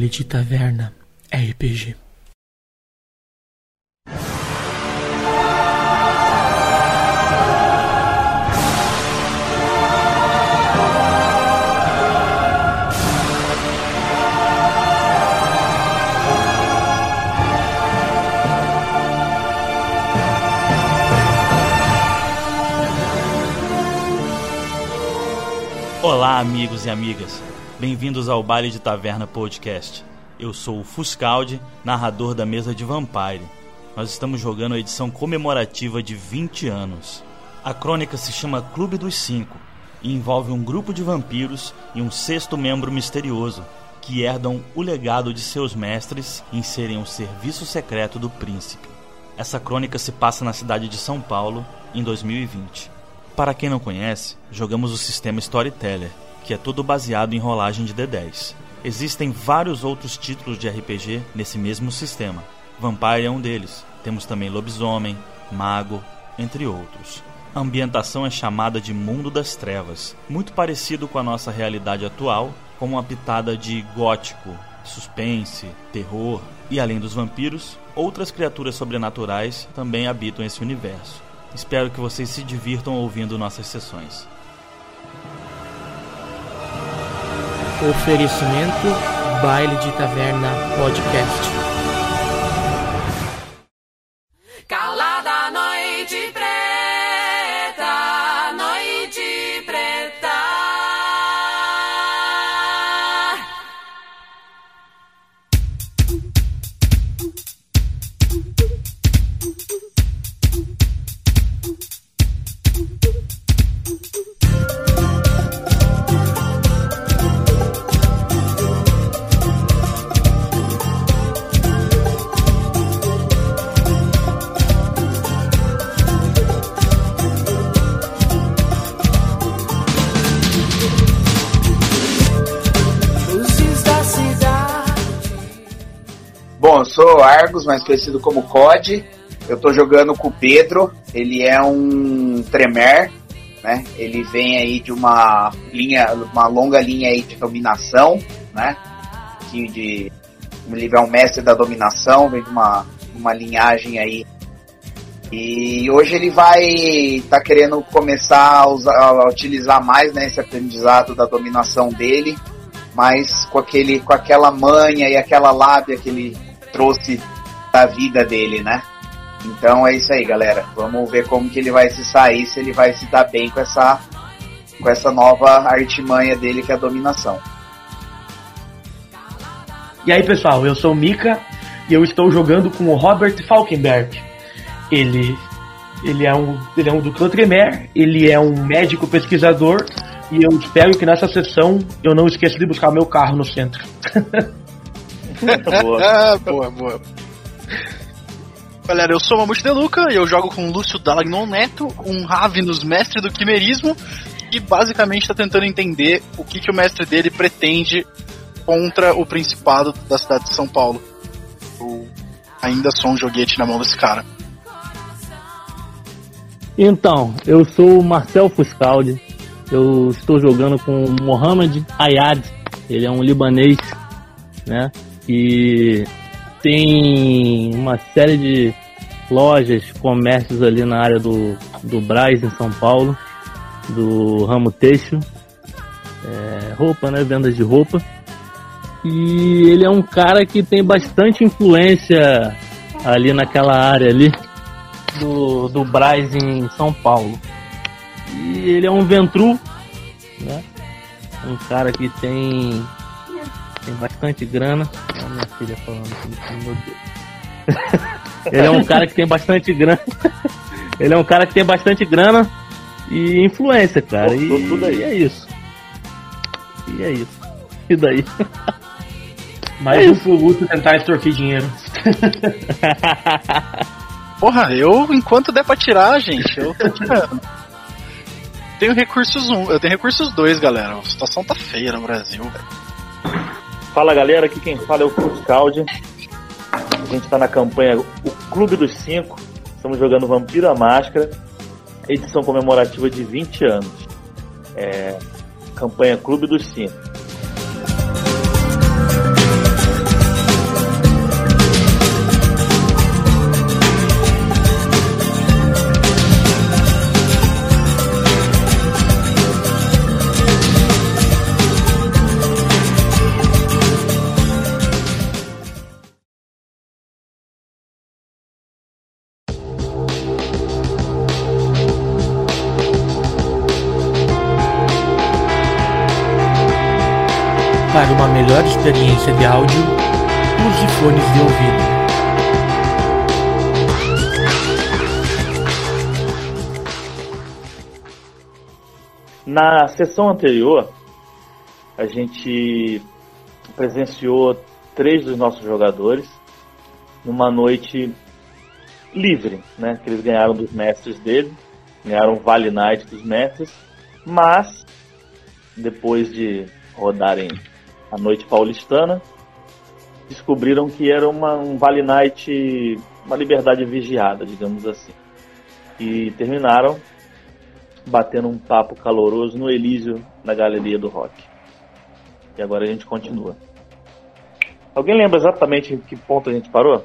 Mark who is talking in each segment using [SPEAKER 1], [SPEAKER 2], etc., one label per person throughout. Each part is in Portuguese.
[SPEAKER 1] Baile de Taverna RPG.
[SPEAKER 2] Olá, amigos e amigas. Bem-vindos ao Baile de Taverna Podcast. Eu sou o Fuscaldi, narrador da mesa de Vampire. Nós estamos jogando a edição comemorativa de 20 anos. A crônica se chama Clube dos Cinco e envolve um grupo de vampiros e um sexto membro misterioso que herdam o legado de seus mestres em serem o serviço secreto do príncipe. Essa crônica se passa na cidade de São Paulo, em 2020. Para quem não conhece, jogamos o sistema Storyteller, que é todo baseado em rolagem de D10. Existem vários outros títulos de RPG nesse mesmo sistema. Vampire é um deles. Temos também Lobisomem, Mago, entre outros. A ambientação é chamada de Mundo das Trevas, muito parecido com a nossa realidade atual, com uma pitada de gótico, suspense, terror, e além dos vampiros, outras criaturas sobrenaturais também habitam esse universo. Espero que vocês se divirtam ouvindo nossas sessões.
[SPEAKER 1] Oferecimento Baile de Taverna Podcast.
[SPEAKER 3] Calada noite preta, noite preta.
[SPEAKER 4] Bom, eu sou Argus, mais conhecido como COD. Eu tô jogando com o Pedro. Ele é um Tremere, né? Ele vem aí de uma longa linha aí de dominação, né? Ele é um mestre da dominação, vem de uma linhagem aí. E hoje ele tá querendo começar a utilizar mais, né, esse aprendizado da dominação dele, mas com aquela manha e aquela lábia que ele trouxe da vida dele, né? Então é isso aí, galera. Vamos ver como que ele vai se sair, se ele vai se dar bem com essa nova artimanha dele, que é a dominação.
[SPEAKER 5] E aí, pessoal, eu sou o Mika e eu estou jogando com o Robert Falkenberg. Ele é um do clã Tremere, ele é um médico pesquisador e eu espero que nessa sessão eu não esqueça de buscar meu carro no centro.
[SPEAKER 6] Boa. Galera, eu sou o Mamute Deluca e eu jogo com o Lúcio Dalagnon Neto, um Ravenous mestre do quimerismo, que basicamente está tentando entender o que o mestre dele pretende contra o principado da cidade de São Paulo. Eu ainda sou um joguete na mão desse cara.
[SPEAKER 7] Então, eu sou o Marcel Fuscaldi, eu estou jogando com o Mohamed Ayad, ele é um libanês, né? E tem uma série de lojas, comércios ali na área do Brás, em São Paulo, do ramo têxtil, roupa, né, vendas de roupa. E ele é um cara que tem bastante influência ali naquela área ali do Brás, em São Paulo. E ele é um Ventru, né, um cara que tem bastante grana. Olha a minha filha falando aqui, meu Deus. Ele é um cara que tem bastante grana. Ele é um cara que tem bastante grana e influência, cara. E é isso. E daí?
[SPEAKER 5] Mais um pro Lúcio tentar extorquir dinheiro.
[SPEAKER 6] Porra, enquanto der pra tirar, gente, eu tô tirando. Tenho recursos 1, eu tenho recursos 2, galera. A situação tá feia no Brasil, velho.
[SPEAKER 2] Fala, galera, aqui quem fala é o Fuscaldi. A gente tá na campanha O Clube dos Cinco. Estamos jogando Vampiro à Máscara, edição comemorativa de 20 anos. Campanha Clube dos Cinco.
[SPEAKER 1] Para uma melhor experiência de áudio, use fones de ouvido.
[SPEAKER 7] Na sessão anterior, a gente presenciou 3 dos nossos jogadores numa noite livre, né? Que eles ganharam dos mestres dele, ganharam o Vale Night dos mestres, mas depois de rodarem a noite paulistana, descobriram que era um Vale Night, uma liberdade vigiada, digamos assim. E terminaram batendo um papo caloroso no Elísio, na Galeria do Rock. E agora a gente continua. Alguém lembra exatamente em que ponto a gente parou?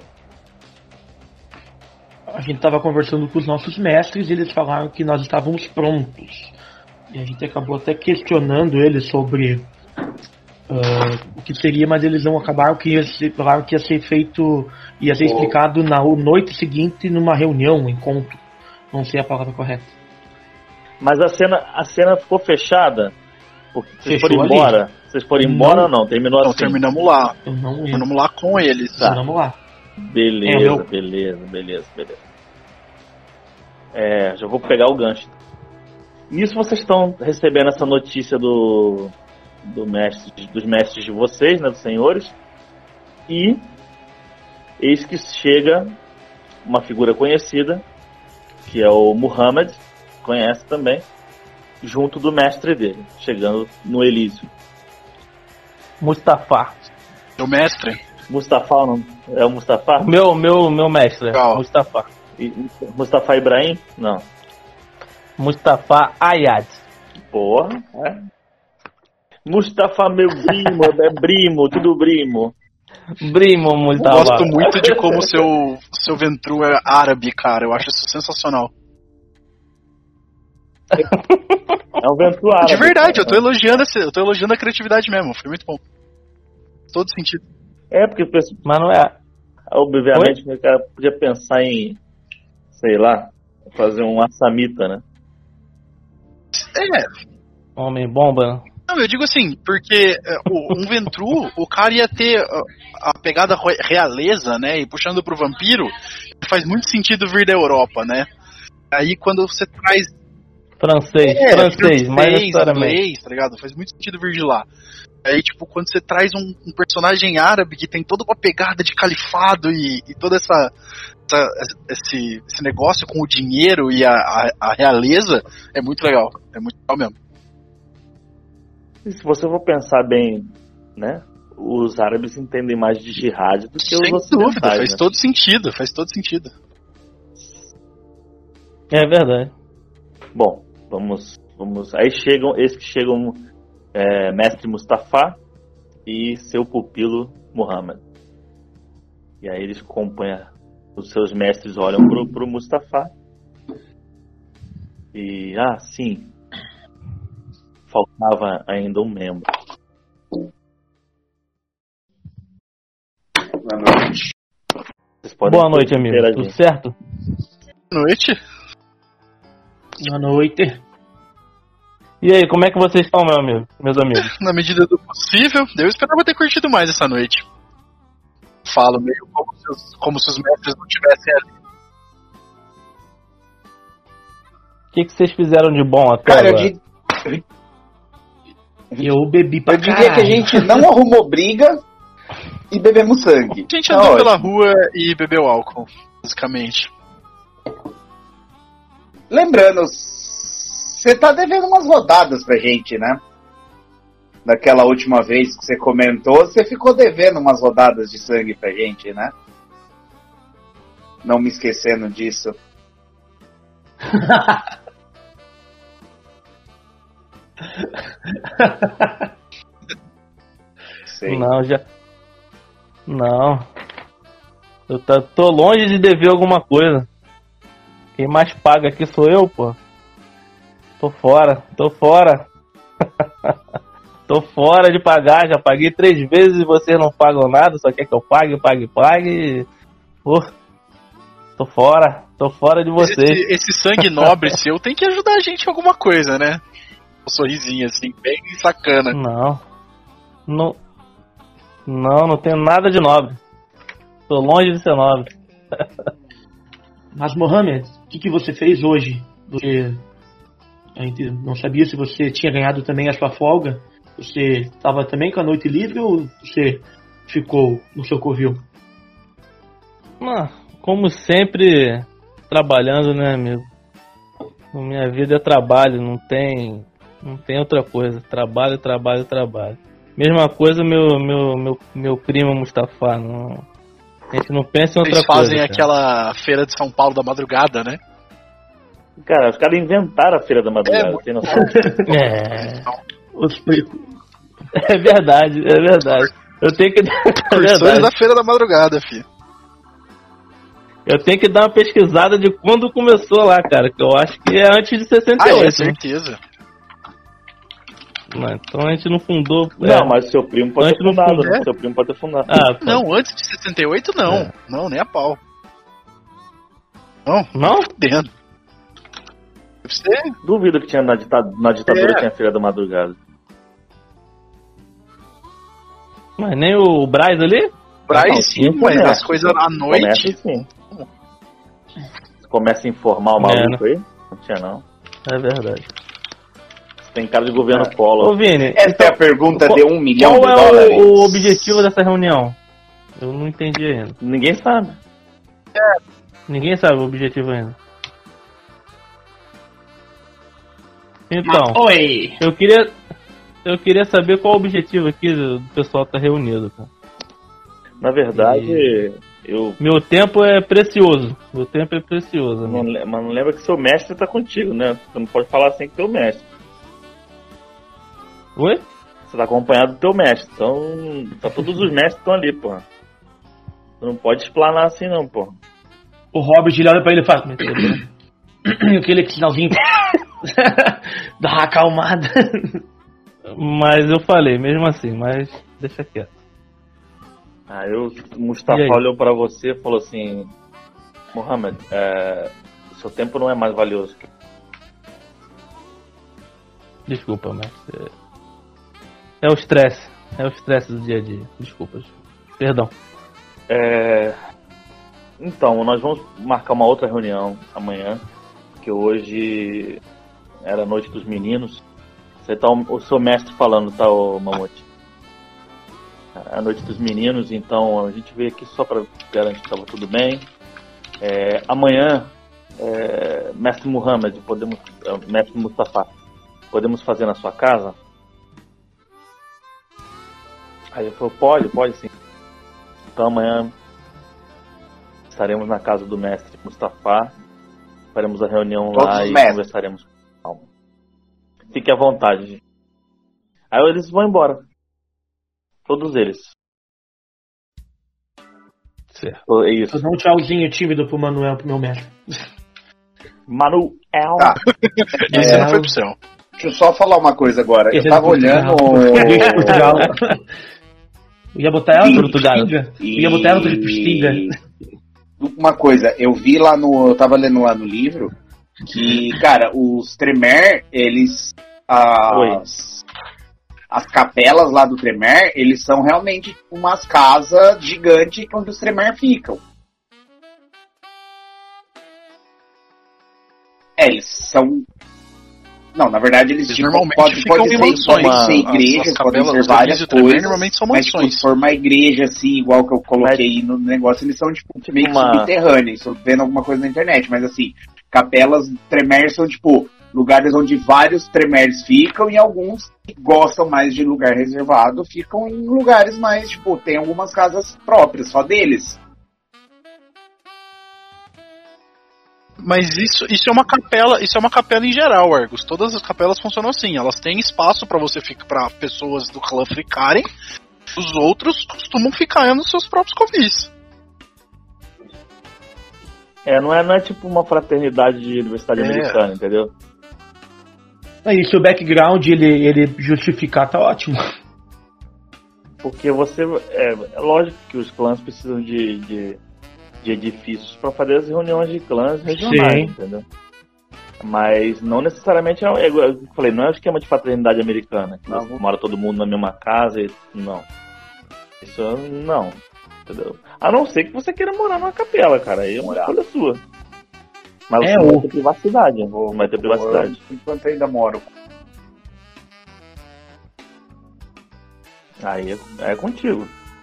[SPEAKER 5] A gente estava conversando com os nossos mestres e eles falaram que nós estávamos prontos. E a gente acabou até questionando eles sobre o que seria, mas eles não acabaram falaram que ia ser feito, ia ser explicado na noite seguinte numa reunião, um encontro. Não sei a palavra correta.
[SPEAKER 7] Mas a cena ficou fechada? Porque vocês
[SPEAKER 5] Fechou
[SPEAKER 7] foram embora?
[SPEAKER 5] ali.
[SPEAKER 7] Vocês foram embora ou não? Terminou
[SPEAKER 6] Então
[SPEAKER 7] assim?
[SPEAKER 6] terminamos lá.
[SPEAKER 5] Eu não lembro.
[SPEAKER 6] Terminamos lá com eles.
[SPEAKER 7] Tá.
[SPEAKER 5] Vamos lá.
[SPEAKER 7] Beleza. Já vou pegar o gancho. Nisso vocês estão recebendo essa notícia dos mestres de vocês, né, dos senhores, e eis que chega uma figura conhecida, que é o Muhammad, conhece também, junto do mestre dele, chegando no Elísio.
[SPEAKER 8] Mustafa.
[SPEAKER 6] O mestre?
[SPEAKER 7] Mustafa ou não? É o Mustafa?
[SPEAKER 8] Meu mestre.
[SPEAKER 6] Legal.
[SPEAKER 8] Mustafa.
[SPEAKER 7] Mustafa Ibrahim? Não.
[SPEAKER 8] Mustafa Ayad.
[SPEAKER 7] Porra, é. Mustafa, meu primo, é primo, tudo primo.
[SPEAKER 8] Brimo,
[SPEAKER 6] Eu
[SPEAKER 8] Mustafa.
[SPEAKER 6] gosto muito de como seu Ventru é árabe, cara. Eu acho isso sensacional.
[SPEAKER 7] É um vento árabe.
[SPEAKER 6] De verdade, eu tô elogiando a criatividade mesmo. Foi muito bom. Todo sentido.
[SPEAKER 7] É, porque
[SPEAKER 8] Mas não é.
[SPEAKER 7] obviamente o cara podia pensar em, sei lá, fazer um assamita, né?
[SPEAKER 8] Homem bomba, né?
[SPEAKER 6] Não, eu digo assim, porque um Ventru, o cara ia ter a pegada realeza, né? E puxando pro vampiro, faz muito sentido vir da Europa, né? Aí quando você traz
[SPEAKER 8] Francês, mais necessariamente.
[SPEAKER 6] inglês, tá ligado? Faz muito sentido vir de lá. Aí, tipo, quando você traz um personagem árabe que tem toda uma pegada de califado e todo esse negócio com o dinheiro e a realeza, é muito legal. É muito legal mesmo.
[SPEAKER 7] E se você for pensar bem, né? Os árabes entendem mais de jihad do que os
[SPEAKER 6] Sem
[SPEAKER 7] ocidentais.
[SPEAKER 6] dúvida, faz
[SPEAKER 7] né?
[SPEAKER 6] todo sentido.
[SPEAKER 8] É verdade.
[SPEAKER 7] Bom, vamos. Aí chegam mestre Mustafa e seu pupilo Muhammad. E aí eles acompanham, os seus mestres olham pro Mustafa e sim, faltava ainda um membro.
[SPEAKER 4] Boa noite.
[SPEAKER 7] Vocês podem
[SPEAKER 8] Boa noite, amigo.
[SPEAKER 7] interagir.
[SPEAKER 8] Tudo certo?
[SPEAKER 6] Boa noite.
[SPEAKER 5] Boa noite.
[SPEAKER 8] E aí, como é que vocês estão, meus amigos?
[SPEAKER 6] Na medida do possível, eu esperava ter curtido mais essa noite. Falo meio como se os mestres não tivessem ali.
[SPEAKER 8] O que vocês fizeram de bom até
[SPEAKER 4] Cara,
[SPEAKER 8] agora?
[SPEAKER 5] Eu bebi pra
[SPEAKER 4] eu diria que a gente não arrumou briga e bebemos sangue.
[SPEAKER 6] A gente
[SPEAKER 4] Tá
[SPEAKER 6] andou
[SPEAKER 4] ótimo.
[SPEAKER 6] pela rua e bebeu álcool, basicamente.
[SPEAKER 4] Lembrando, você tá devendo umas rodadas pra gente, né? Daquela última vez que você comentou, você ficou devendo umas rodadas de sangue pra gente, né? Não me esquecendo disso. Sei.
[SPEAKER 8] Não, já. Não. Eu tô longe de dever alguma coisa. Quem mais paga aqui sou eu, pô. Tô fora. Tô fora de pagar. Já paguei 3 vezes e vocês não pagam nada. Só quer que eu pague. Pô, tô fora de vocês.
[SPEAKER 6] Esse sangue nobre seu tem que ajudar a gente em alguma coisa, né? Um sorrisinho assim, bem sacana.
[SPEAKER 8] Não. Não tenho nada de nobre. Tô longe de ser nobre.
[SPEAKER 5] Mas, Mohamed, o que você fez hoje? Você não sabia se você tinha ganhado também a sua folga? Você estava também com a noite livre ou você ficou no seu covil?
[SPEAKER 8] Como sempre, trabalhando, né, amigo? Minha vida é trabalho, não tem outra coisa. Trabalho. Mesma coisa meu primo Mustafa. Não, a gente não pensa em outra coisa.
[SPEAKER 6] Eles fazem aquela feira de São Paulo da madrugada, né?
[SPEAKER 7] Cara, os caras inventaram a Feira da Madrugada, tem noção?
[SPEAKER 8] É verdade. Eu tenho que
[SPEAKER 6] Cursores da Feira da Madrugada, filho.
[SPEAKER 8] Eu tenho que dar uma pesquisada de quando começou lá, cara, que eu acho que é antes de 68.
[SPEAKER 6] É certeza.
[SPEAKER 8] Então a gente não fundou...
[SPEAKER 7] Não, mas seu primo pode ter fundado, né? Seu primo pode ter fundado.
[SPEAKER 6] Não, antes de 68 não. Não, nem a pau.
[SPEAKER 8] Não?
[SPEAKER 6] Dentro.
[SPEAKER 7] Duvido que tinha na ditadura tinha Feira da Madrugada.
[SPEAKER 8] Mas nem o Braz ali?
[SPEAKER 6] Braz sim, mas as coisas à noite...
[SPEAKER 7] Começa sim. Começa a informar o maluco aí? Não tinha não.
[SPEAKER 8] É verdade.
[SPEAKER 7] Tem cara de governo Collor.
[SPEAKER 8] Ô Vini,
[SPEAKER 4] essa é a pergunta de $1 milhão.
[SPEAKER 8] Qual é o objetivo dessa reunião? Eu não entendi ainda.
[SPEAKER 7] Ninguém sabe.
[SPEAKER 8] Ninguém sabe o objetivo ainda. Então,
[SPEAKER 5] Oi!
[SPEAKER 8] eu queria saber qual o objetivo aqui do pessoal estar reunido, cara.
[SPEAKER 7] Na verdade,
[SPEAKER 8] Meu tempo é precioso.
[SPEAKER 7] Mas não lembra que seu mestre tá contigo, né? Você não pode falar assim que teu mestre.
[SPEAKER 8] Oi?
[SPEAKER 7] Você tá acompanhado do teu mestre. Então, todos os mestres estão ali, porra. Você não pode explanar assim não, porra.
[SPEAKER 5] O Robert ele olha pra ele e faz... Aquele sinalzinho... Dá uma acalmada.
[SPEAKER 8] Mas eu falei, mesmo assim, mas deixa quieto.
[SPEAKER 7] O Mustafa olhou pra você e falou assim: Mohamed, seu tempo não é mais valioso.
[SPEAKER 8] Desculpa, mas é o estresse do dia a dia. Desculpa. Perdão.
[SPEAKER 7] Então, nós vamos marcar uma outra reunião amanhã, que hoje era a noite dos meninos. Você tá o seu mestre falando, tá, ô Mamute? A noite dos meninos, então a gente veio aqui só para garantir que estava tudo bem. Amanhã, mestre Muhammad, mestre Mustafa, podemos fazer na sua casa? Aí ele falou, pode sim. Então amanhã estaremos na casa do mestre Mustafa, faremos a reunião lá e conversaremos com calma. Fique à vontade, gente. Aí eles vão embora. Todos eles.
[SPEAKER 8] Certo.
[SPEAKER 7] É isso.
[SPEAKER 5] Eu dou um tchauzinho tímido pro Manuel, pro meu mestre.
[SPEAKER 7] Manuel.
[SPEAKER 4] Tá.
[SPEAKER 6] Esse não foi pro céu.
[SPEAKER 4] Deixa eu só falar uma coisa agora.
[SPEAKER 5] Esse
[SPEAKER 4] eu tava olhando...
[SPEAKER 5] Portugal. Eu ia botar ela
[SPEAKER 4] Sim,
[SPEAKER 5] no Portugal. Eu ia botar ela no Portugal.
[SPEAKER 4] Uma coisa, eu vi lá no... Eu tava lendo lá no livro que, cara, os Tremere, eles... As capelas lá do Tremere, eles são realmente umas casas gigantes onde os Tremere ficam. Eles são... Não, na verdade eles tipo,
[SPEAKER 6] normalmente
[SPEAKER 4] podem ser igrejas, podem ser várias coisas,
[SPEAKER 6] normalmente são
[SPEAKER 4] mas tipo, se for uma igreja assim, igual que eu coloquei no negócio, eles são tipo meio que subterrâneos, estou vendo alguma coisa na internet, mas assim, capelas Tremere são tipo lugares onde vários Tremeres ficam e alguns que gostam mais de lugar reservado ficam em lugares mais, tipo, tem algumas casas próprias, só deles.
[SPEAKER 6] Mas isso é uma capela em geral, Argus. Todas as capelas funcionam assim. Elas têm espaço para você ficar, para pessoas do clã ficarem. Os outros costumam ficar nos seus próprios covis.
[SPEAKER 7] Não é tipo uma fraternidade de universidade americana, entendeu?
[SPEAKER 5] E se o background ele justificar, tá ótimo.
[SPEAKER 7] Porque você... É lógico que os clãs precisam de edifícios para fazer as reuniões de clãs regionais, entendeu? Mas não necessariamente eu falei, não é o esquema de fraternidade americana, que mora todo mundo na mesma casa e não. Isso não, entendeu? A não ser que você queira morar numa capela, cara, aí é uma escolha sua. Mas você vai ter privacidade, vai ter privacidade.
[SPEAKER 4] Enquanto ainda moro.
[SPEAKER 7] Aí é contigo.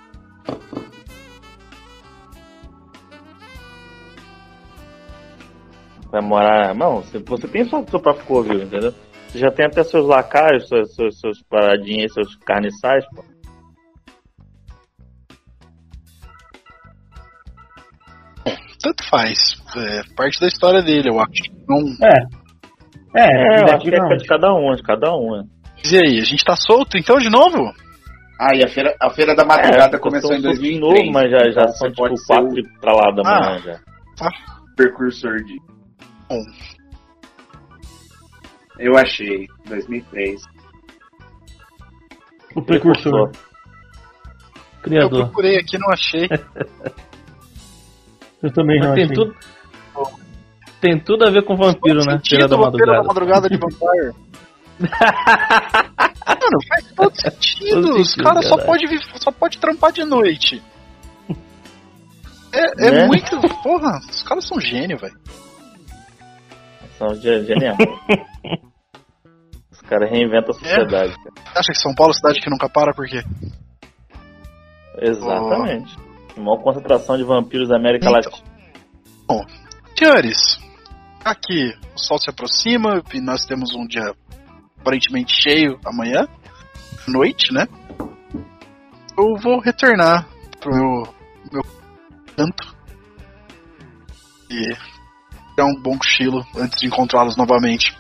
[SPEAKER 7] Vai morar. Não, você tem seu próprio covil, entendeu? Você já tem até seus lacaios, seus paradinhos, seus carniçais, pô.
[SPEAKER 6] Tanto faz. É parte da história dele, eu acho. Não...
[SPEAKER 7] eu acho que é de cada um, né?
[SPEAKER 6] E aí, a gente tá solto então de novo?
[SPEAKER 4] E a feira da madrugada começou em 2003.
[SPEAKER 7] Novo, mas já
[SPEAKER 4] então
[SPEAKER 7] são tipo 4 pra lá da manhã já.
[SPEAKER 6] Tá.
[SPEAKER 4] Precursor de...
[SPEAKER 6] Bom.
[SPEAKER 4] Eu achei, 2003.
[SPEAKER 5] O precursor. Criador.
[SPEAKER 6] Eu procurei aqui, não achei.
[SPEAKER 5] Eu também não achei.
[SPEAKER 7] Tem tudo a ver com vampiro, né?
[SPEAKER 6] Feira da madrugada de Vampire. Mano, faz todo sentido. Os caras só pode trampar de noite. É muito... Porra, os caras são gênio, velho.
[SPEAKER 7] São geniais. Os caras reinventam a sociedade.
[SPEAKER 6] Acha que São Paulo é cidade que nunca para, por quê?
[SPEAKER 7] Exatamente. A maior concentração de vampiros da América Latina.
[SPEAKER 6] Bom, senhores, aqui o sol se aproxima e nós temos um dia aparentemente cheio amanhã, noite, né? Eu vou retornar pro meu canto e dar um bom cochilo antes de encontrá-los novamente.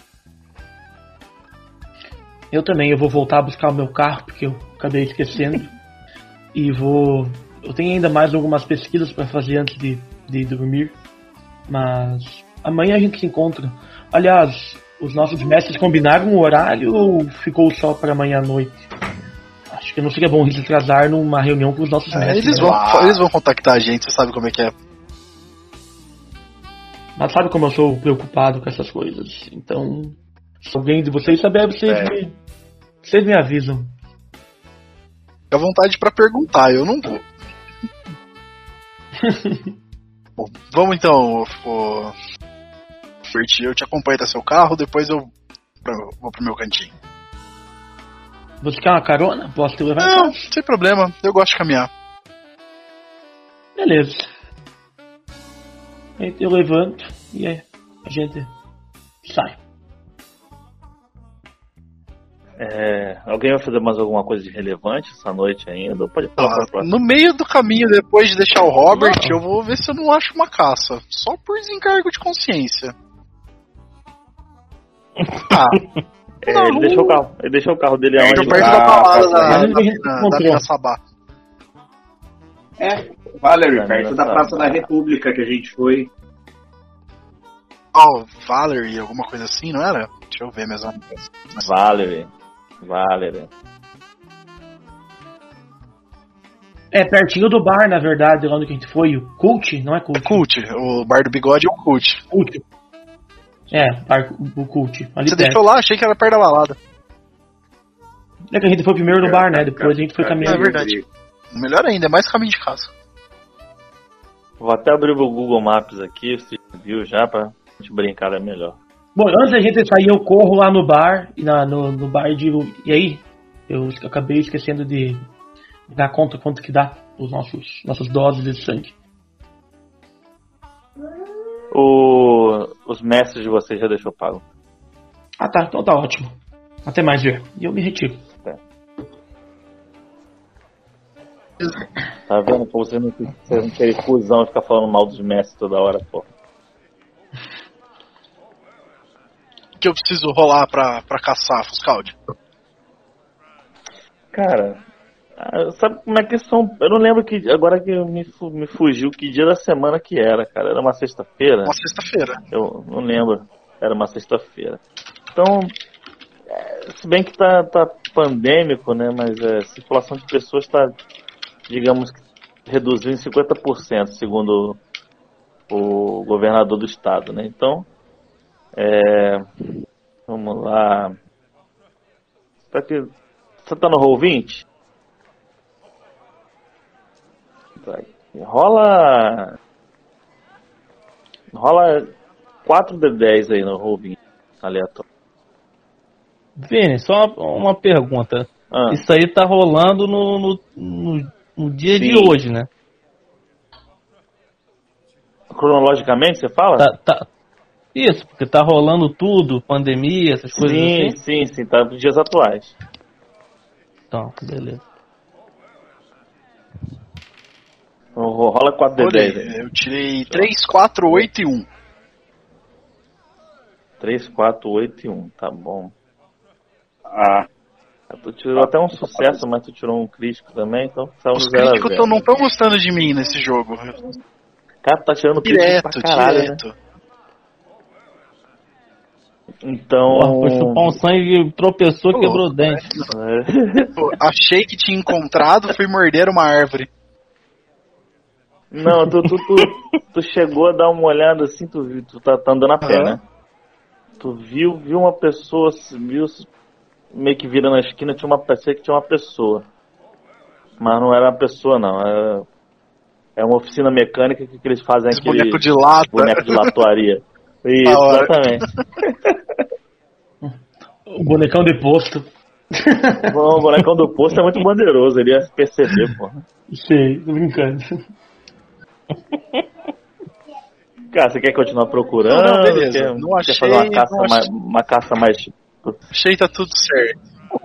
[SPEAKER 5] Eu também, eu vou voltar a buscar o meu carro, porque eu acabei esquecendo. E eu tenho ainda mais algumas pesquisas para fazer antes de dormir. Mas amanhã a gente se encontra. Aliás, os nossos mestres combinaram o horário ou ficou só para amanhã à noite? Acho que não seria bom eles atrasar numa reunião com os nossos mestres.
[SPEAKER 6] Eles vão contactar a gente, você sabe como é que é.
[SPEAKER 5] Mas sabe como eu sou preocupado com essas coisas. Então, se alguém de vocês saber, vocês me avisam.
[SPEAKER 6] Fica à vontade pra perguntar, eu não vou. Bom, vamos então, Bertie, eu te acompanho até seu carro, depois eu vou pro meu cantinho.
[SPEAKER 5] Você quer uma carona? Posso te levar?
[SPEAKER 6] Não, sem problema, eu gosto de caminhar.
[SPEAKER 5] Beleza. Eu levanto e aí a gente sai.
[SPEAKER 7] Alguém vai fazer mais alguma coisa de relevante essa noite ainda? Ou pode falar pra próxima?
[SPEAKER 6] No meio do caminho, depois de deixar o Robert, eu vou ver se eu não acho uma caça. Só por desencargo de consciência.
[SPEAKER 7] Ele deixou o carro dele aonde?
[SPEAKER 6] Perto da balada da Piracabá.
[SPEAKER 4] Valerie, perto da Praça da República que a gente foi.
[SPEAKER 6] Valerie, alguma coisa assim, não era? Deixa eu ver mesmo.
[SPEAKER 7] Valerie.
[SPEAKER 5] É pertinho do bar, na verdade, lá onde a gente foi. O Cult, não é Cult?
[SPEAKER 6] Cult, o bar do bigode é o Cult.
[SPEAKER 5] O Cult. Ali
[SPEAKER 6] você deixou lá? Achei que era perto da balada.
[SPEAKER 5] É que a gente foi primeiro no bar, né? Depois a gente foi caminhando.
[SPEAKER 6] É verdade. Melhor ainda, é mais caminho de casa.
[SPEAKER 7] Vou até abrir o Google Maps aqui, se viu já, pra gente brincar é melhor.
[SPEAKER 5] Bom, antes da gente sair, eu corro lá no bar, no bar e digo, e aí? Eu acabei esquecendo de dar conta quanto que dá os nossas doses de sangue.
[SPEAKER 7] Os mestres de vocês já deixou pago.
[SPEAKER 5] Tá, então tá ótimo. Até mais, ver. E eu me retiro.
[SPEAKER 7] Tá vendo? Pô, você não tem fusão e ficar falando mal dos mestres toda hora, pô.
[SPEAKER 6] Que eu preciso rolar pra caçar, Fuscaldi?
[SPEAKER 7] Cara, sabe como é que são? Eu não lembro que. Agora que me fugiu que dia da semana que era, cara. Era uma sexta-feira?
[SPEAKER 6] Uma sexta-feira.
[SPEAKER 7] Eu não lembro. Era uma sexta-feira. Então, se bem que tá pandêmico, né? Mas a circulação de pessoas tá, digamos, reduziu em 50%, segundo o governador do estado, né? Então, Vamos lá. Você tá no Roll20? Rola 4d10 aí no Roll20 aleatório.
[SPEAKER 8] Vini, só uma pergunta. Isso aí tá rolando no dia de hoje, né?
[SPEAKER 7] Cronologicamente, você fala?
[SPEAKER 8] Tá. Isso, porque tá rolando tudo, pandemia, essas coisas assim.
[SPEAKER 7] Sim, tá nos dias atuais.
[SPEAKER 8] Então, beleza.
[SPEAKER 7] Rola 4d10 aí.
[SPEAKER 6] Eu tirei 3, 4, 8 e 1.
[SPEAKER 7] 3, 4, 8 e 1, tá bom. Tu tirou até um sucesso, mas tu tirou um crítico também, então saiu no 0 a 0.
[SPEAKER 6] Os críticos não estão gostando de mim nesse jogo.
[SPEAKER 7] Cara, tá tirando crítico pra caralho,
[SPEAKER 6] direto.
[SPEAKER 7] Né? Então...
[SPEAKER 8] Foi chupar um sangue, tropeçou, quebrou o dente.
[SPEAKER 6] Achei que tinha encontrado, fui morder uma árvore.
[SPEAKER 7] Não, tu chegou a dar uma olhada assim, tu tá andando a pé, né? Tu viu uma pessoa, viu meio que vira na esquina, parecia que tinha uma pessoa. Mas não era uma pessoa, não. É uma oficina mecânica que eles fazem aquele
[SPEAKER 6] boneco de lata.
[SPEAKER 7] Boneco de latoaria. Isso, exatamente.
[SPEAKER 5] O bonecão de posto.
[SPEAKER 7] Bom, o bonecão do posto é muito bandeiroso, ele ia perceber, pô.
[SPEAKER 5] Sei, tô brincando.
[SPEAKER 7] Cara, você quer continuar procurando?
[SPEAKER 6] Não, beleza. Não achei,
[SPEAKER 7] quer fazer uma caça mais tipo...
[SPEAKER 6] Achei, tá tudo certo.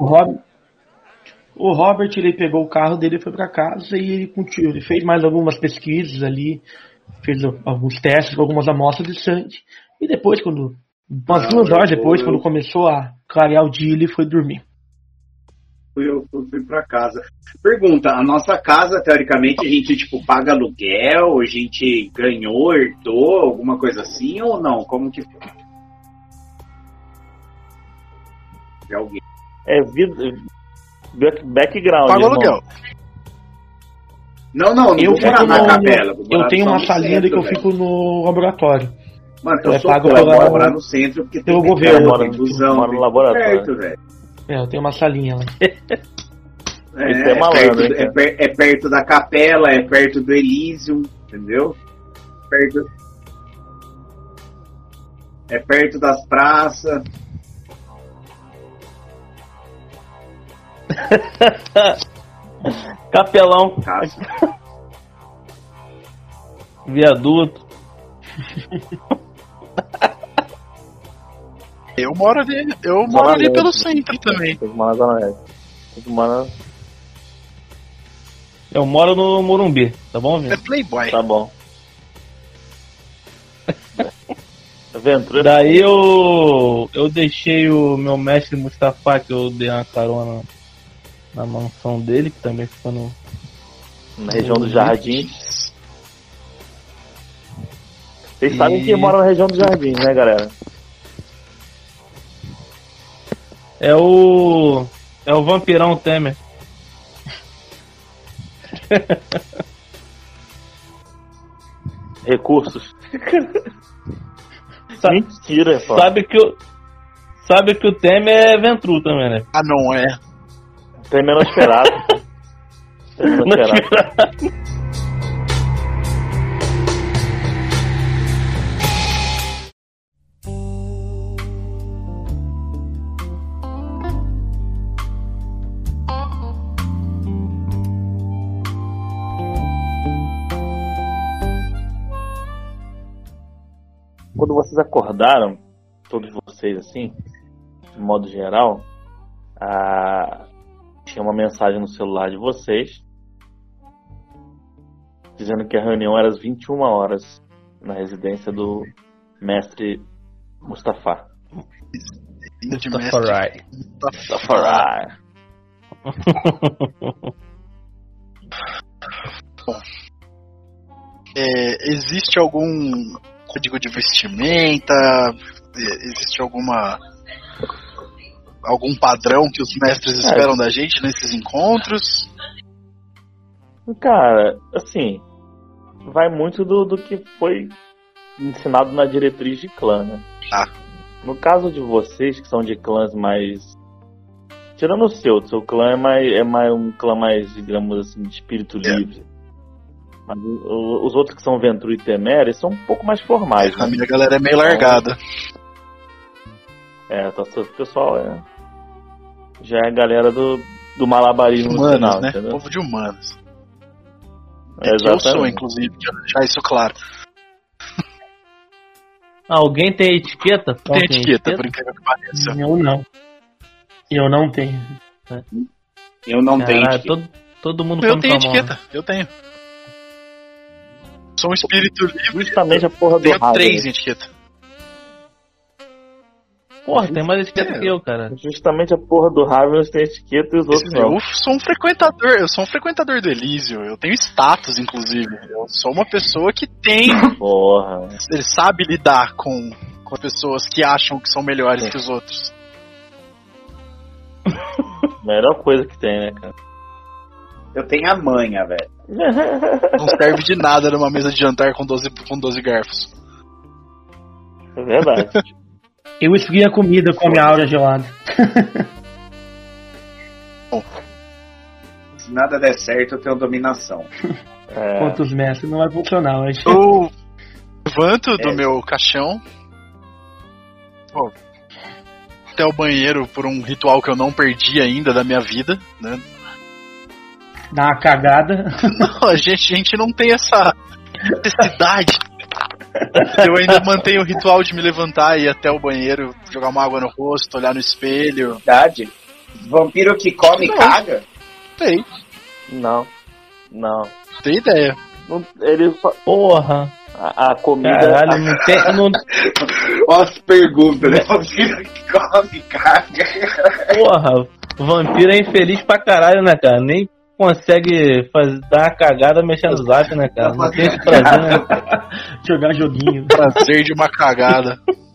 [SPEAKER 5] O Robert, ele pegou o carro dele e foi pra casa e ele fez mais algumas pesquisas ali, fez alguns testes com algumas amostras de sangue. E depois, umas 2 horas depois, quando começou a clarear o dia, ele foi dormir.
[SPEAKER 4] Eu fui pra casa. Pergunta, a nossa casa, teoricamente, a gente, tipo, paga aluguel, a gente ganhou, herdou, alguma coisa assim, ou não? Como que foi? De alguém.
[SPEAKER 7] Background.
[SPEAKER 6] Paga aluguel.
[SPEAKER 4] Não
[SPEAKER 5] Eu
[SPEAKER 4] vou morar na capela.
[SPEAKER 5] Eu tenho uma salinha ali que eu
[SPEAKER 4] velho.
[SPEAKER 5] fico no laboratório.
[SPEAKER 4] Mano, eu
[SPEAKER 5] pago
[SPEAKER 4] vou morar no centro porque
[SPEAKER 5] pelo
[SPEAKER 4] tem
[SPEAKER 5] governo.
[SPEAKER 4] tem busão,
[SPEAKER 7] mora no laboratório.
[SPEAKER 4] perto, velho.
[SPEAKER 5] Eu tenho uma salinha lá.
[SPEAKER 7] Isso é malandro,
[SPEAKER 4] é perto da capela, é perto do Elysium, entendeu? É perto das praças.
[SPEAKER 8] Capelão.
[SPEAKER 4] Casa.
[SPEAKER 8] Viaduto.
[SPEAKER 6] Eu moro ali pelo centro também.
[SPEAKER 8] Eu moro no Morumbi, tá bom, Vini?
[SPEAKER 6] É Playboy.
[SPEAKER 7] Tá bom. Aventura.
[SPEAKER 8] Daí eu deixei o meu mestre Mustafa, que eu dei uma carona na mansão dele, que também fica
[SPEAKER 7] na região dos Jardins. Vocês sabem que mora na região dos Jardins, né, galera?
[SPEAKER 8] É o vampirão Temer.
[SPEAKER 7] Recursos. Mentira, pô.
[SPEAKER 8] Sabe que o Temer é Ventru também, né?
[SPEAKER 6] Ah, não é?
[SPEAKER 7] Temer não esperado. Temer não esperado. Quando vocês acordaram, todos vocês assim, de modo geral, tinha uma mensagem no celular de vocês dizendo que a reunião era às 21 horas na residência do mestre Mustafa.
[SPEAKER 8] Mustafarai.
[SPEAKER 6] Existe algum código de vestimenta? Existe algum padrão que os mestres esperam da gente nesses encontros?
[SPEAKER 7] Cara, assim, vai muito do que foi ensinado na diretriz de clã, né? No caso de vocês, que são de clãs mais... Tirando o seu clã é mais um clã mais, digamos assim, de espírito livre. Mas os outros que são Ventrue e Temer, são um pouco mais formais, né?
[SPEAKER 6] A minha galera é meio largada.
[SPEAKER 7] O pessoal já é a galera do malabarismo
[SPEAKER 6] humanos,
[SPEAKER 7] no final,
[SPEAKER 6] né?
[SPEAKER 7] entendeu?
[SPEAKER 6] Povo de humanos.
[SPEAKER 7] Exatamente.
[SPEAKER 6] Eu sou, inclusive, já isso claro.
[SPEAKER 8] Alguém tem etiqueta?
[SPEAKER 6] Tem etiqueta, por incrível que pareça.
[SPEAKER 5] Eu não. Eu não tenho.
[SPEAKER 4] Eu não tenho etiqueta.
[SPEAKER 8] Todo mundo
[SPEAKER 6] Eu
[SPEAKER 8] come
[SPEAKER 6] tenho
[SPEAKER 8] com a mão,
[SPEAKER 6] etiqueta, eu tenho. Sou um espírito livre.
[SPEAKER 7] Justamente a porra do
[SPEAKER 6] Tenho
[SPEAKER 7] Raven.
[SPEAKER 6] 3 em etiqueta.
[SPEAKER 8] Porra, tem mais etiqueta que eu, cara.
[SPEAKER 7] Justamente a porra do Raven tem etiqueta e os outros não.
[SPEAKER 6] Eu sou um frequentador do Elísio. Eu tenho status, inclusive. Eu sou uma pessoa que tem.
[SPEAKER 7] Porra.
[SPEAKER 6] Ele sabe lidar com pessoas que acham que são melhores que os outros.
[SPEAKER 7] Melhor coisa que tem, né, cara?
[SPEAKER 4] Eu tenho a manha, velho.
[SPEAKER 6] Não serve de nada numa mesa de jantar com 12 garfos.
[SPEAKER 7] É verdade.
[SPEAKER 5] Eu esfrio a comida com a minha aura gelada.
[SPEAKER 4] Se nada der certo, eu tenho dominação.
[SPEAKER 5] Quantos mestres não vai funcionar hoje.
[SPEAKER 6] Eu levanto do meu caixão, vou até o banheiro por um ritual que eu não perdi ainda da minha vida, né?
[SPEAKER 5] Dá uma cagada.
[SPEAKER 6] Não, a gente não tem essa necessidade. Eu ainda mantenho o ritual de me levantar e ir até o banheiro, jogar uma água no rosto, olhar no espelho.
[SPEAKER 4] Verdade? Vampiro que come
[SPEAKER 6] Não.
[SPEAKER 4] caga?
[SPEAKER 6] Tem ideia.
[SPEAKER 7] Ele
[SPEAKER 8] Porra.
[SPEAKER 7] a comida.
[SPEAKER 8] Caralho, não tem. Não...
[SPEAKER 4] Olha as perguntas, né? Vampiro que come caga.
[SPEAKER 8] Porra, o vampiro é infeliz pra caralho, né, cara? Nem consegue dar uma cagada mexendo no zap, né, cara? Não tem esse prazer, né?
[SPEAKER 5] Jogar joguinho.
[SPEAKER 6] Prazer de uma cagada.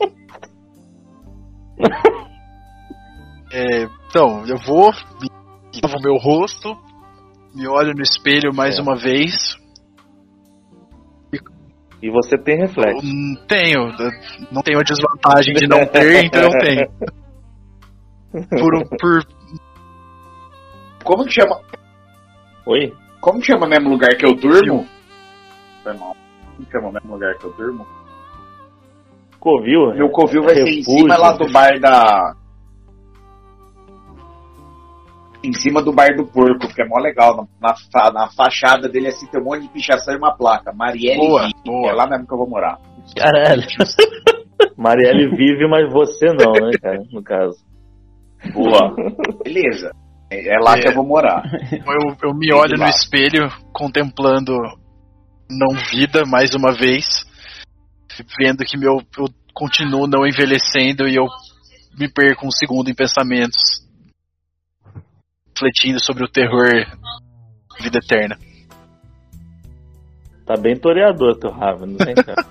[SPEAKER 6] Então, eu lavo meu rosto, me olho no espelho mais uma vez.
[SPEAKER 7] E você tem reflexo.
[SPEAKER 6] Não tenho a desvantagem de não ter, então eu tenho.
[SPEAKER 4] Como que chama?
[SPEAKER 7] Oi?
[SPEAKER 4] Como que chama o mesmo lugar que eu durmo? Foi mal. Como que chama o mesmo lugar que eu durmo?
[SPEAKER 7] Covil?
[SPEAKER 4] Meu covil vai ser em
[SPEAKER 7] refúgio.
[SPEAKER 4] cima lá do bar da... Em cima do bar do porco, que é mó legal. Na fachada dele assim tem um monte de pichação e uma placa. Marielle vive. É lá mesmo que eu vou morar.
[SPEAKER 8] Caralho.
[SPEAKER 7] Marielle vive, mas você não, né, cara? No caso.
[SPEAKER 4] Boa. Beleza. É lá que eu vou morar.
[SPEAKER 6] Eu me olho no espelho, contemplando não vida mais uma vez, vendo que eu continuo não envelhecendo e eu me perco um segundo em pensamentos, refletindo sobre o terror da vida eterna.
[SPEAKER 7] Tá bem toreador, teu Raven, não tem, cara?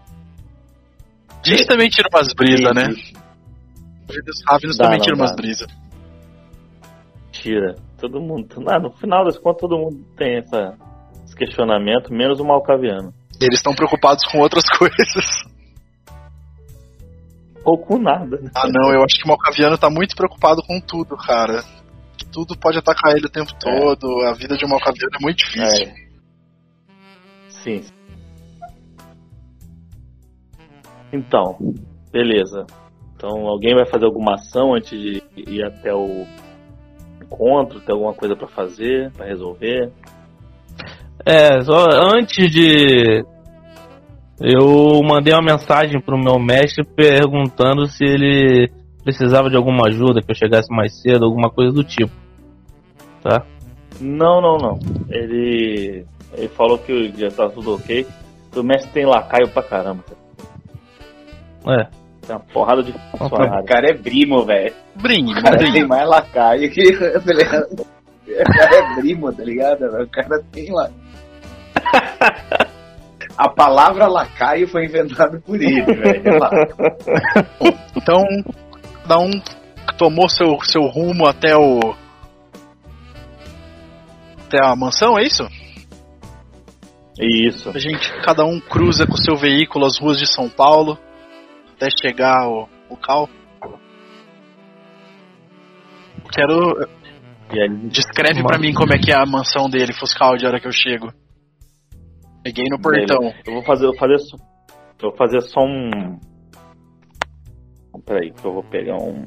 [SPEAKER 6] A gente também tira umas brisas, né? Os Ravens também tiram umas brisas.
[SPEAKER 7] Tira. Todo mundo. No final das contas, todo mundo tem esse questionamento, menos o Malkaviano.
[SPEAKER 6] Eles estão preocupados com outras coisas.
[SPEAKER 7] Ou com nada.
[SPEAKER 6] Ah, não, eu acho que o Malkaviano tá muito preocupado com tudo, cara. Tudo pode atacar ele o tempo todo. A vida de um Malkaviano é muito difícil.
[SPEAKER 7] Sim. Então, beleza. Então, alguém vai fazer alguma ação antes de ir até o encontro? Tem alguma coisa pra fazer, pra resolver?
[SPEAKER 8] Só antes de... Eu mandei uma mensagem pro meu mestre perguntando se ele precisava de alguma ajuda, que eu chegasse mais cedo, alguma coisa do tipo. Tá?
[SPEAKER 7] Não. Ele falou que já tá tudo ok. O mestre tem lacaio pra caramba. Tem uma porrada de funcionário.
[SPEAKER 4] O cara é brimo, velho.
[SPEAKER 6] Brimo,
[SPEAKER 4] o cara tem mais lacaio que... O cara é brimo, tá ligado? O cara tem lá. A palavra lacaio foi inventada por ele, velho.
[SPEAKER 6] Então, cada um tomou seu rumo até a mansão, é isso?
[SPEAKER 7] Isso.
[SPEAKER 6] Cada um cruza com seu veículo as ruas de São Paulo até chegar local? Quero...
[SPEAKER 2] E aí,
[SPEAKER 6] Descreve pra mim como é que é a mansão dele, Fuscaldi, a hora que eu chego. Peguei no portão.
[SPEAKER 2] eu vou fazer só um... Peraí, que eu vou pegar um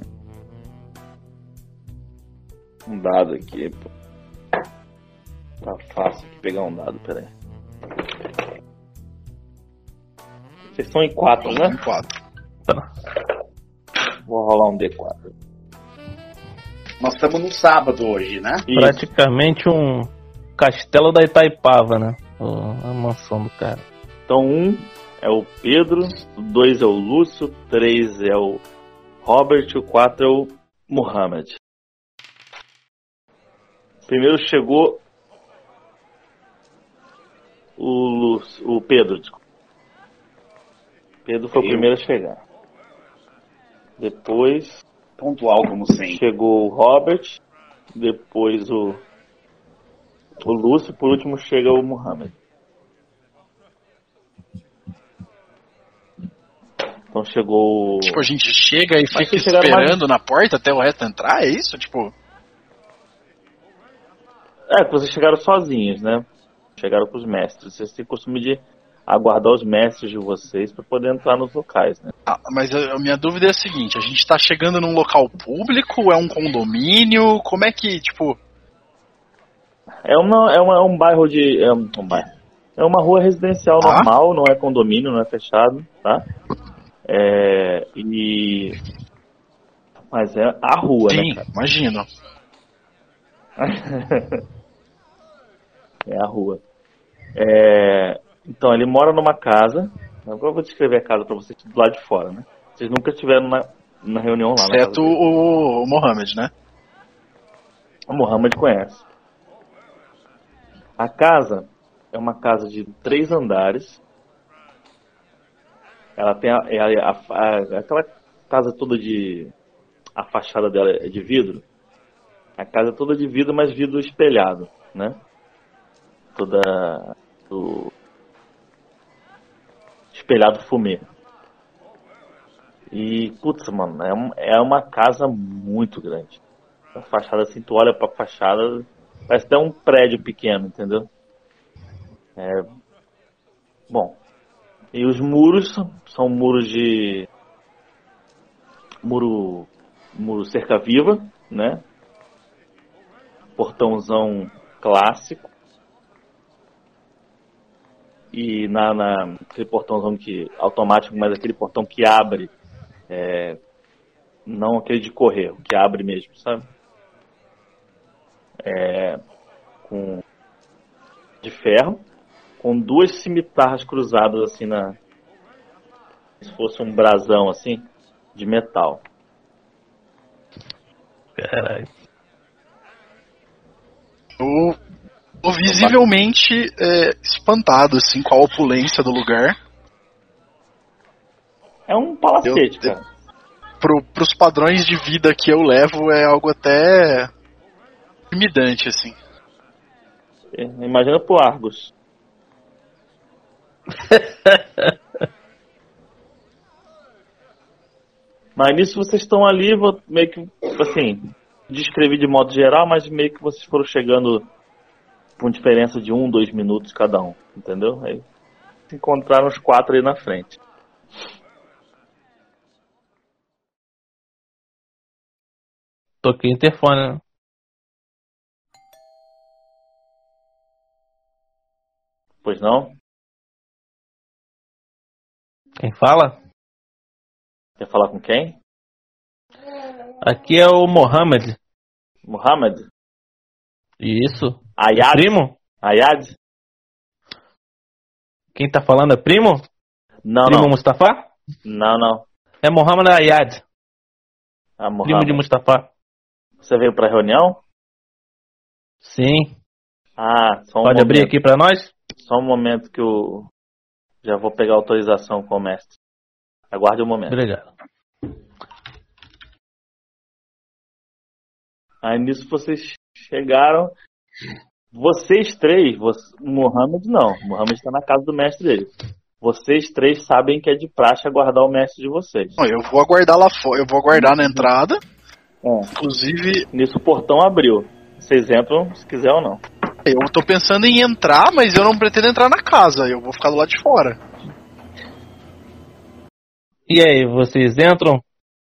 [SPEAKER 2] dado aqui. Tá fácil aqui pegar um dado, peraí. Vocês estão em 4, né?
[SPEAKER 6] Em 4.
[SPEAKER 8] Tá.
[SPEAKER 2] Vou rolar um D4.
[SPEAKER 4] Nós estamos no sábado hoje, né?
[SPEAKER 2] Isso.
[SPEAKER 8] Praticamente um castelo da Itaipava, né? A mansão do cara.
[SPEAKER 2] Então 1 é o Pedro, o 2 é o Lúcio, 3 é o Robert e o 4 é o Mohamed. Primeiro chegou o Pedro, desculpa. Pedro foi o primeiro a chegar. Depois
[SPEAKER 4] Pontual, como sempre.
[SPEAKER 2] chegou o Robert, depois o Lúcio, por último chega o Mohamed. Então chegou...
[SPEAKER 6] Tipo, a gente chega e fica
[SPEAKER 2] vocês chegaram
[SPEAKER 6] esperando na porta até o resto entrar, é isso? Tipo...
[SPEAKER 2] vocês chegaram sozinhos, né? Chegaram com os mestres. Vocês têm costume de aguardar os mestres de vocês para poder entrar nos locais, né?
[SPEAKER 6] Mas a minha dúvida é a seguinte, a gente tá chegando num local público, é um condomínio, como é que, tipo...
[SPEAKER 2] É um bairro de... É uma rua residencial normal, não é condomínio, não é fechado, tá? Mas é a rua,
[SPEAKER 6] Sim,
[SPEAKER 2] né, cara?
[SPEAKER 6] imagino.
[SPEAKER 2] É a rua. Então, ele mora numa casa. Agora eu vou descrever a casa pra vocês do lado de fora, né? Vocês nunca estiveram na reunião lá, na
[SPEAKER 6] Exceto
[SPEAKER 2] casa dele.
[SPEAKER 6] o Mohamed, né?
[SPEAKER 2] O Mohamed conhece. A casa é uma casa de 3 andares. Ela tem aquela casa toda a fachada dela é de vidro. A casa é toda de vidro, mas vidro espelhado, né? Espelhado fumê. E, putz, mano, é uma casa muito grande. A fachada, assim, tu olha pra fachada, parece até um prédio pequeno, entendeu? Bom. E os muros são muros de... Muro cerca-viva, né? Portãozão clássico. E aquele portãozão automático, mas aquele portão que abre, não aquele de correr, que abre mesmo, sabe? De ferro, com 2 cimitarras cruzadas assim se fosse um brasão assim, de metal.
[SPEAKER 8] Caralho.
[SPEAKER 6] Tô visivelmente espantado, assim, com a opulência do lugar.
[SPEAKER 2] É um palacete, cara.
[SPEAKER 6] Pros padrões de vida que eu levo, é algo até intimidante, assim.
[SPEAKER 2] Imagina pro Argos. Mas nisso vocês estão ali, vou meio que, assim, descrevi de modo geral, mas meio que vocês foram chegando com diferença de 1-2 minutos cada um, entendeu? Aí se encontraram os 4 aí na frente.
[SPEAKER 8] Toquei o interfone, né?
[SPEAKER 2] Pois não?
[SPEAKER 8] Quem fala?
[SPEAKER 2] Quer falar com quem?
[SPEAKER 8] Aqui é o Mohamed.
[SPEAKER 2] Mohamed?
[SPEAKER 8] Isso.
[SPEAKER 2] Ayad?
[SPEAKER 8] Primo?
[SPEAKER 2] Ayad?
[SPEAKER 8] Quem tá falando é primo?
[SPEAKER 2] Não,
[SPEAKER 8] Primo
[SPEAKER 2] não.
[SPEAKER 8] Mustafa?
[SPEAKER 2] Não.
[SPEAKER 8] É Mohamed Ayad.
[SPEAKER 2] Ah,
[SPEAKER 8] Primo
[SPEAKER 2] Mohamed.
[SPEAKER 8] de Mustafa.
[SPEAKER 2] Você veio pra reunião?
[SPEAKER 8] Sim.
[SPEAKER 2] Ah, só um
[SPEAKER 8] Pode
[SPEAKER 2] momento.
[SPEAKER 8] abrir aqui pra nós?
[SPEAKER 2] Só um momento que eu já vou pegar a autorização com o mestre. Aguarde um momento.
[SPEAKER 8] Obrigado.
[SPEAKER 2] Aí nisso vocês chegaram. Vocês 3, o Mohamed não. O Mohamed está na casa do mestre dele.
[SPEAKER 7] Vocês três sabem que é de praxe aguardar o mestre de vocês.
[SPEAKER 6] Eu vou aguardar lá fora, eu vou aguardar na entrada. Inclusive...
[SPEAKER 7] Nisso o portão abriu. Vocês entram se quiser ou não.
[SPEAKER 6] Eu tô pensando em entrar, mas eu não pretendo entrar na casa. Eu vou ficar do lado de fora.
[SPEAKER 8] E aí, vocês entram?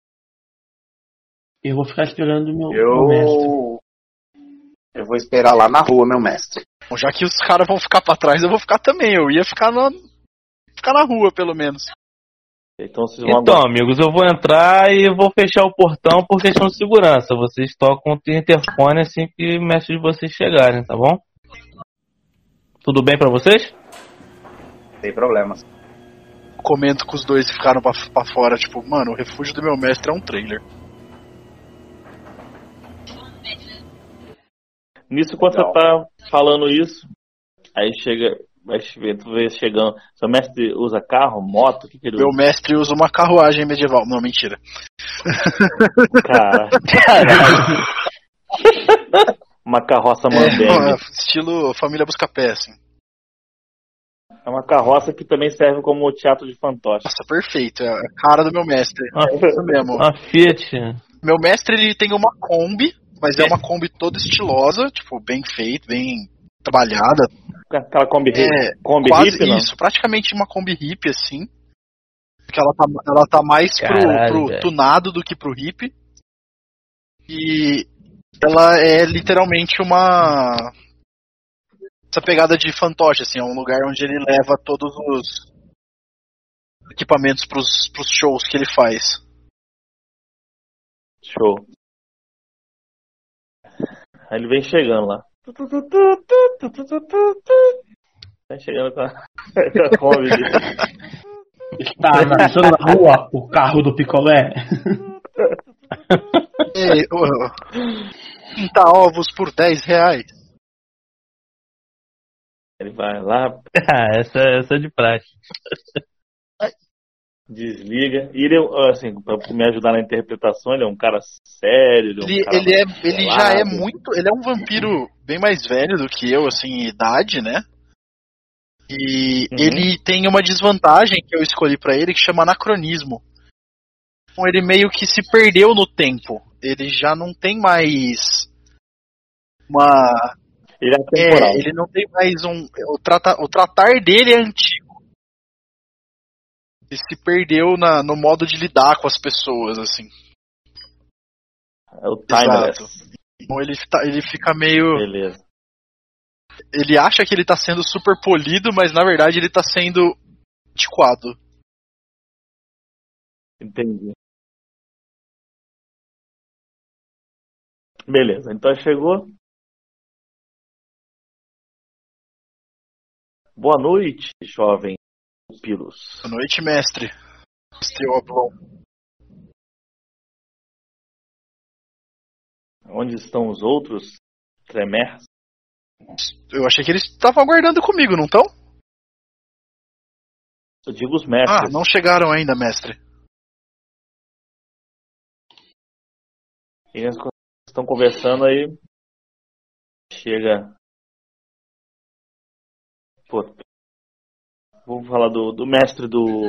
[SPEAKER 5] Eu vou ficar esperando o meu mestre.
[SPEAKER 4] Eu vou esperar lá na rua, meu mestre.
[SPEAKER 6] Bom, já que os caras vão ficar pra trás, eu vou ficar também. Eu ia ficar na rua, pelo menos.
[SPEAKER 7] Então, vocês vão
[SPEAKER 8] Então, amigos, eu vou entrar e vou fechar o portão por questão de segurança. Vocês tocam o interfone assim que o mestre de vocês chegarem, tá bom? Tudo bem pra vocês?
[SPEAKER 4] Sem problemas.
[SPEAKER 6] Comento com os dois que ficaram pra fora, tipo, mano, o refúgio do meu mestre é um trailer.
[SPEAKER 7] Nisso, quando você tá falando isso, aí chega, tu vê chegando. Seu mestre usa carro, moto? O que ele usa?
[SPEAKER 6] Meu mestre usa uma carruagem medieval. Não, mentira.
[SPEAKER 7] Caralho. Uma carroça mandengue.
[SPEAKER 6] Estilo Família Buscapé, assim.
[SPEAKER 7] É uma carroça que também serve como teatro de fantoche.
[SPEAKER 6] Nossa, perfeito. É a cara do meu mestre. É isso mesmo.
[SPEAKER 8] Uma Fiat.
[SPEAKER 6] Meu mestre, ele tem uma Kombi, mas é uma Kombi toda estilosa, tipo, bem feita, bem trabalhada.
[SPEAKER 7] Aquela Kombi hippie? Kombi
[SPEAKER 6] quase
[SPEAKER 7] hippie, não?
[SPEAKER 6] isso, praticamente uma Kombi hippie, assim. Porque ela tá mais pro tunado do que pro hippie. E ela é literalmente essa pegada de fantoche, assim, é um lugar onde ele leva todos os equipamentos pros shows que ele faz.
[SPEAKER 7] Show. Aí ele vem chegando lá. Vem chegando com a Kombi.
[SPEAKER 5] Está analisando na rua o carro do picolé.
[SPEAKER 6] Ei, 30 ovos por R$10.
[SPEAKER 7] Ele vai lá,
[SPEAKER 8] essa é de praxe.
[SPEAKER 7] desliga. E ele, assim, pra me ajudar na interpretação, ele é um cara sério.
[SPEAKER 6] Ele é um vampiro bem mais velho do que eu, assim, em idade, né? E ele tem uma desvantagem que eu escolhi pra ele, que chama anacronismo. Então ele meio que se perdeu no tempo. Ele já não tem mais uma...
[SPEAKER 7] Ele é temporal.
[SPEAKER 6] Ele não tem mais o tratar dele é antigo. Ele se perdeu no modo de lidar com as pessoas, assim.
[SPEAKER 7] É o timeless.
[SPEAKER 6] Exato. Então ele fica meio...
[SPEAKER 7] Beleza.
[SPEAKER 6] Ele acha que ele tá sendo super polido, mas na verdade ele tá sendo antiquado.
[SPEAKER 7] Entendi. Beleza, então chegou. Boa noite, jovem Pupilos.
[SPEAKER 6] Boa noite, mestre. Oblong.
[SPEAKER 7] Onde estão os outros Tremers?
[SPEAKER 6] Eu achei que eles estavam aguardando comigo, não estão?
[SPEAKER 7] Eu digo os mestres.
[SPEAKER 6] Não chegaram ainda, mestre.
[SPEAKER 7] Eles estão conversando aí. Chega. Pô, vou falar do mestre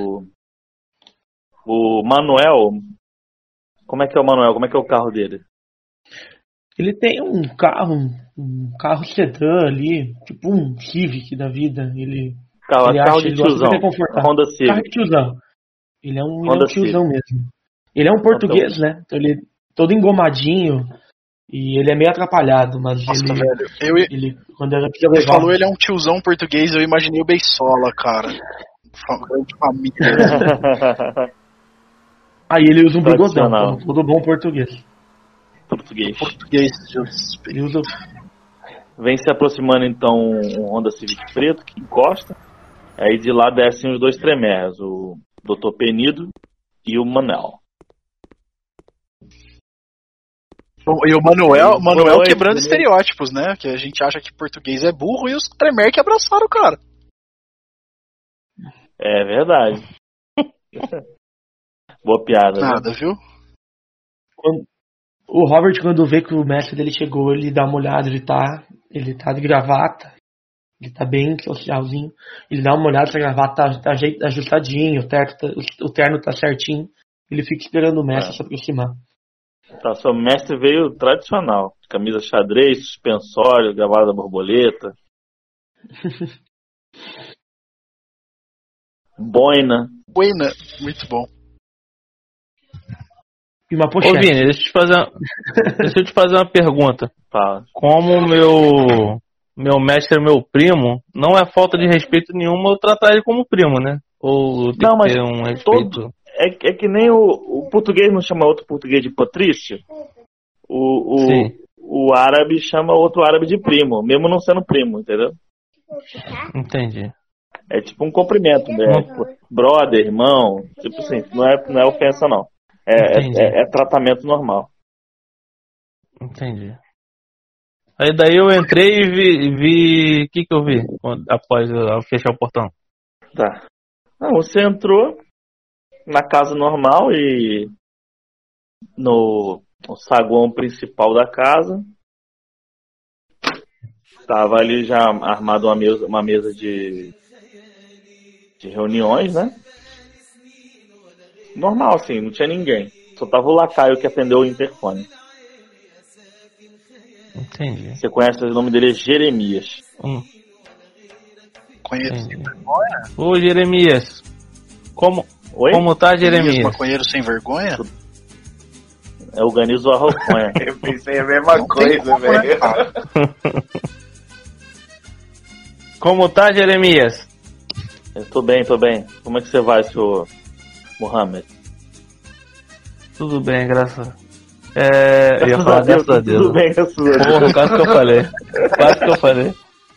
[SPEAKER 7] o Manuel. Como é que é o Manuel? Como é que é o carro dele?
[SPEAKER 5] Ele tem um carro sedã ali, tipo um Civic da vida.
[SPEAKER 7] Carro de tiozão. Honda Civic.
[SPEAKER 5] Carro de tiozão. Ele é um tiozão mesmo. Ele é um português, né? Então ele é todo engomadinho e ele é meio atrapalhado, mas
[SPEAKER 6] nossa, velho.
[SPEAKER 5] Quando ela
[SPEAKER 6] Ele falou ele é um tiozão português, eu imaginei o Beisola, cara. De família.
[SPEAKER 5] Aí ele usa um bigodão, como todo bom português.
[SPEAKER 7] Ele usa... Vem se aproximando então um Honda Civic preto que encosta. Aí de lá descem os dois Tremers, o Dr. Penido e o Manel.
[SPEAKER 6] E o Manuel quebrando estereótipos, né? Que a gente acha que português é burro e os Tremer que abraçaram o cara.
[SPEAKER 7] É verdade. Boa piada.
[SPEAKER 6] Nada,
[SPEAKER 7] né?
[SPEAKER 6] Viu?
[SPEAKER 5] O Robert, quando vê que o mestre dele chegou, ele dá uma olhada, ele tá de gravata Ele tá bem socialzinho. Ele dá uma olhada se a gravata tá ajustadinho, o terno tá certinho. Ele fica esperando o mestre se aproximar.
[SPEAKER 7] Tá, seu mestre veio tradicional. Camisa xadrez, suspensório, gravata borboleta. Boina.
[SPEAKER 6] Muito bom.
[SPEAKER 5] E uma
[SPEAKER 8] Ô
[SPEAKER 5] pochete.
[SPEAKER 8] Vini, deixa eu te fazer uma pergunta.
[SPEAKER 7] Fala.
[SPEAKER 8] Como meu mestre é meu primo, não é falta de respeito nenhuma eu tratar ele como primo, né? Ou tem
[SPEAKER 7] Não,
[SPEAKER 8] que
[SPEAKER 7] mas
[SPEAKER 8] ter um respeito.
[SPEAKER 7] É que nem o português não chama outro português de Patrício.
[SPEAKER 8] Sim.
[SPEAKER 7] O árabe chama outro árabe de primo, mesmo não sendo primo, entendeu?
[SPEAKER 8] Entendi.
[SPEAKER 7] É tipo um cumprimento, né? Tipo, brother, irmão, tipo assim, não é ofensa não. É tratamento normal.
[SPEAKER 8] Entendi. Aí daí eu entrei e vi. O que eu vi após eu fechar o portão?
[SPEAKER 7] Tá. Não, você entrou na casa normal e no saguão principal da casa tava ali já armado uma mesa de reuniões, né? Normal, assim, não tinha ninguém. Só tava o lacaio que atendeu o interfone.
[SPEAKER 8] Entendi.
[SPEAKER 7] Você conhece, o nome dele é Jeremias.
[SPEAKER 6] Conheço.
[SPEAKER 8] Entendi. Ô Jeremias, como tá Jeremias?
[SPEAKER 6] Maconheiro sem vergonha?
[SPEAKER 7] É o Ganizo Arroconha.
[SPEAKER 4] Eu pensei a mesma coisa, velho.
[SPEAKER 8] Como tá Jeremias?
[SPEAKER 7] Eu tô bem. Como é que você vai, senhor Mohamed?
[SPEAKER 8] Tudo bem, graças a Deus.
[SPEAKER 7] Tudo bem, graças a Deus.
[SPEAKER 8] Porra, quase que eu falei.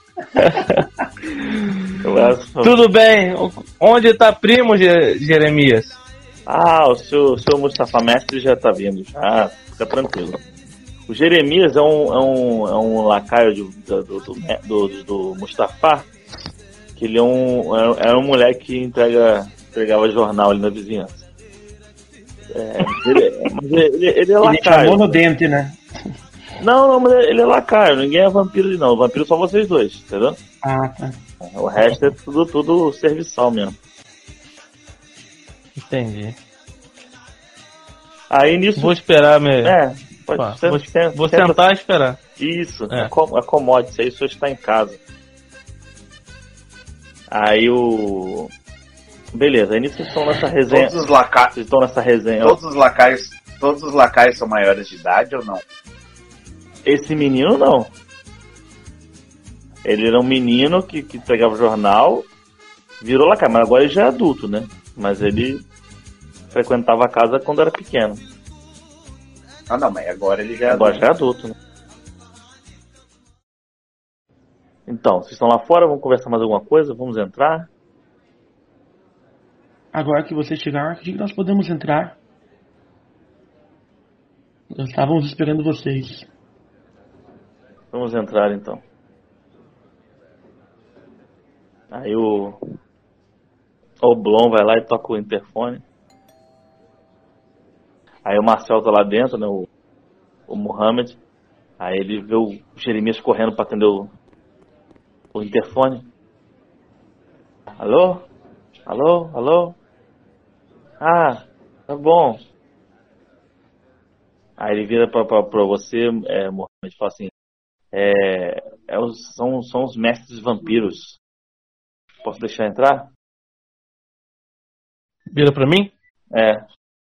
[SPEAKER 8] Tudo bem. Onde tá primo, Jeremias?
[SPEAKER 7] Ah, o seu Mustafa Mestre já tá vindo. Já, fica tranquilo. O Jeremias é um lacaio do Mustafa, que ele é um moleque que entregava jornal ali na vizinhança. Mas ele é lacaio.
[SPEAKER 5] Ele chamou no dente, né?
[SPEAKER 7] Não, mas ele é lacaio, ninguém é vampiro ali não. O vampiro só vocês dois, entendeu?
[SPEAKER 5] Ah, tá.
[SPEAKER 7] O resto é tudo serviçal mesmo.
[SPEAKER 8] Entendi.
[SPEAKER 7] Aí nisso.
[SPEAKER 8] Vou esperar mesmo.
[SPEAKER 7] Vou
[SPEAKER 8] sentar e esperar.
[SPEAKER 7] Isso, acomode-se aí, o senhor está em casa. Aí beleza, aí nisso vocês estão nessa resenha.
[SPEAKER 4] Todos os lacaios.
[SPEAKER 7] Vocês estão nessa resenha.
[SPEAKER 4] Todos os lacaios são maiores de idade ou não?
[SPEAKER 7] Esse menino não. Ele era um menino que pegava o jornal, virou lacaio, mas agora ele já é adulto, né? Mas ele frequentava a casa quando era pequeno.
[SPEAKER 4] Ah não, mas agora ele já é
[SPEAKER 7] Agora
[SPEAKER 4] adulto.
[SPEAKER 7] já é adulto, né? Então, vocês estão lá fora, vamos conversar mais alguma coisa? Vamos entrar?
[SPEAKER 5] Agora que você chegar, acredito que nós podemos entrar. Nós estávamos esperando vocês.
[SPEAKER 7] Vamos entrar então. Aí o Blon vai lá e toca o interfone. Aí o Marcel tá lá dentro, né? O Mohamed. Aí ele vê o Jeremias correndo pra atender o interfone. Alô? Alô? Ah, tá bom. Aí ele vira pra você, Mohamed, e fala assim: são os mestres vampiros. Posso deixar entrar?
[SPEAKER 8] Vira pra mim?
[SPEAKER 7] É.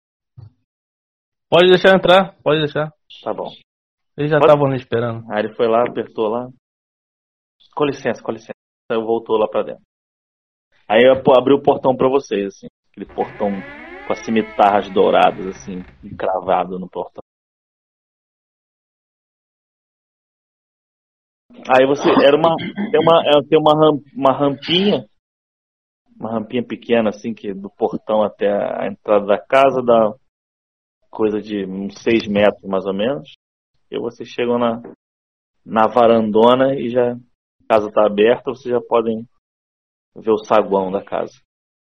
[SPEAKER 8] Pode deixar entrar, pode deixar.
[SPEAKER 7] Tá bom.
[SPEAKER 8] Eles já estavam ali esperando.
[SPEAKER 7] Aí ele foi lá, apertou lá. Com licença. Aí voltou lá pra dentro. Aí eu abri o portão pra vocês, assim. Aquele portão com as cimitarras douradas, assim, encravado no portão. Aí você tem uma rampinha pequena assim, que do portão até a entrada da casa dá coisa de uns 6 metros mais ou menos. E vocês chegam na varandona e já a casa está aberta, vocês já podem ver o saguão da casa.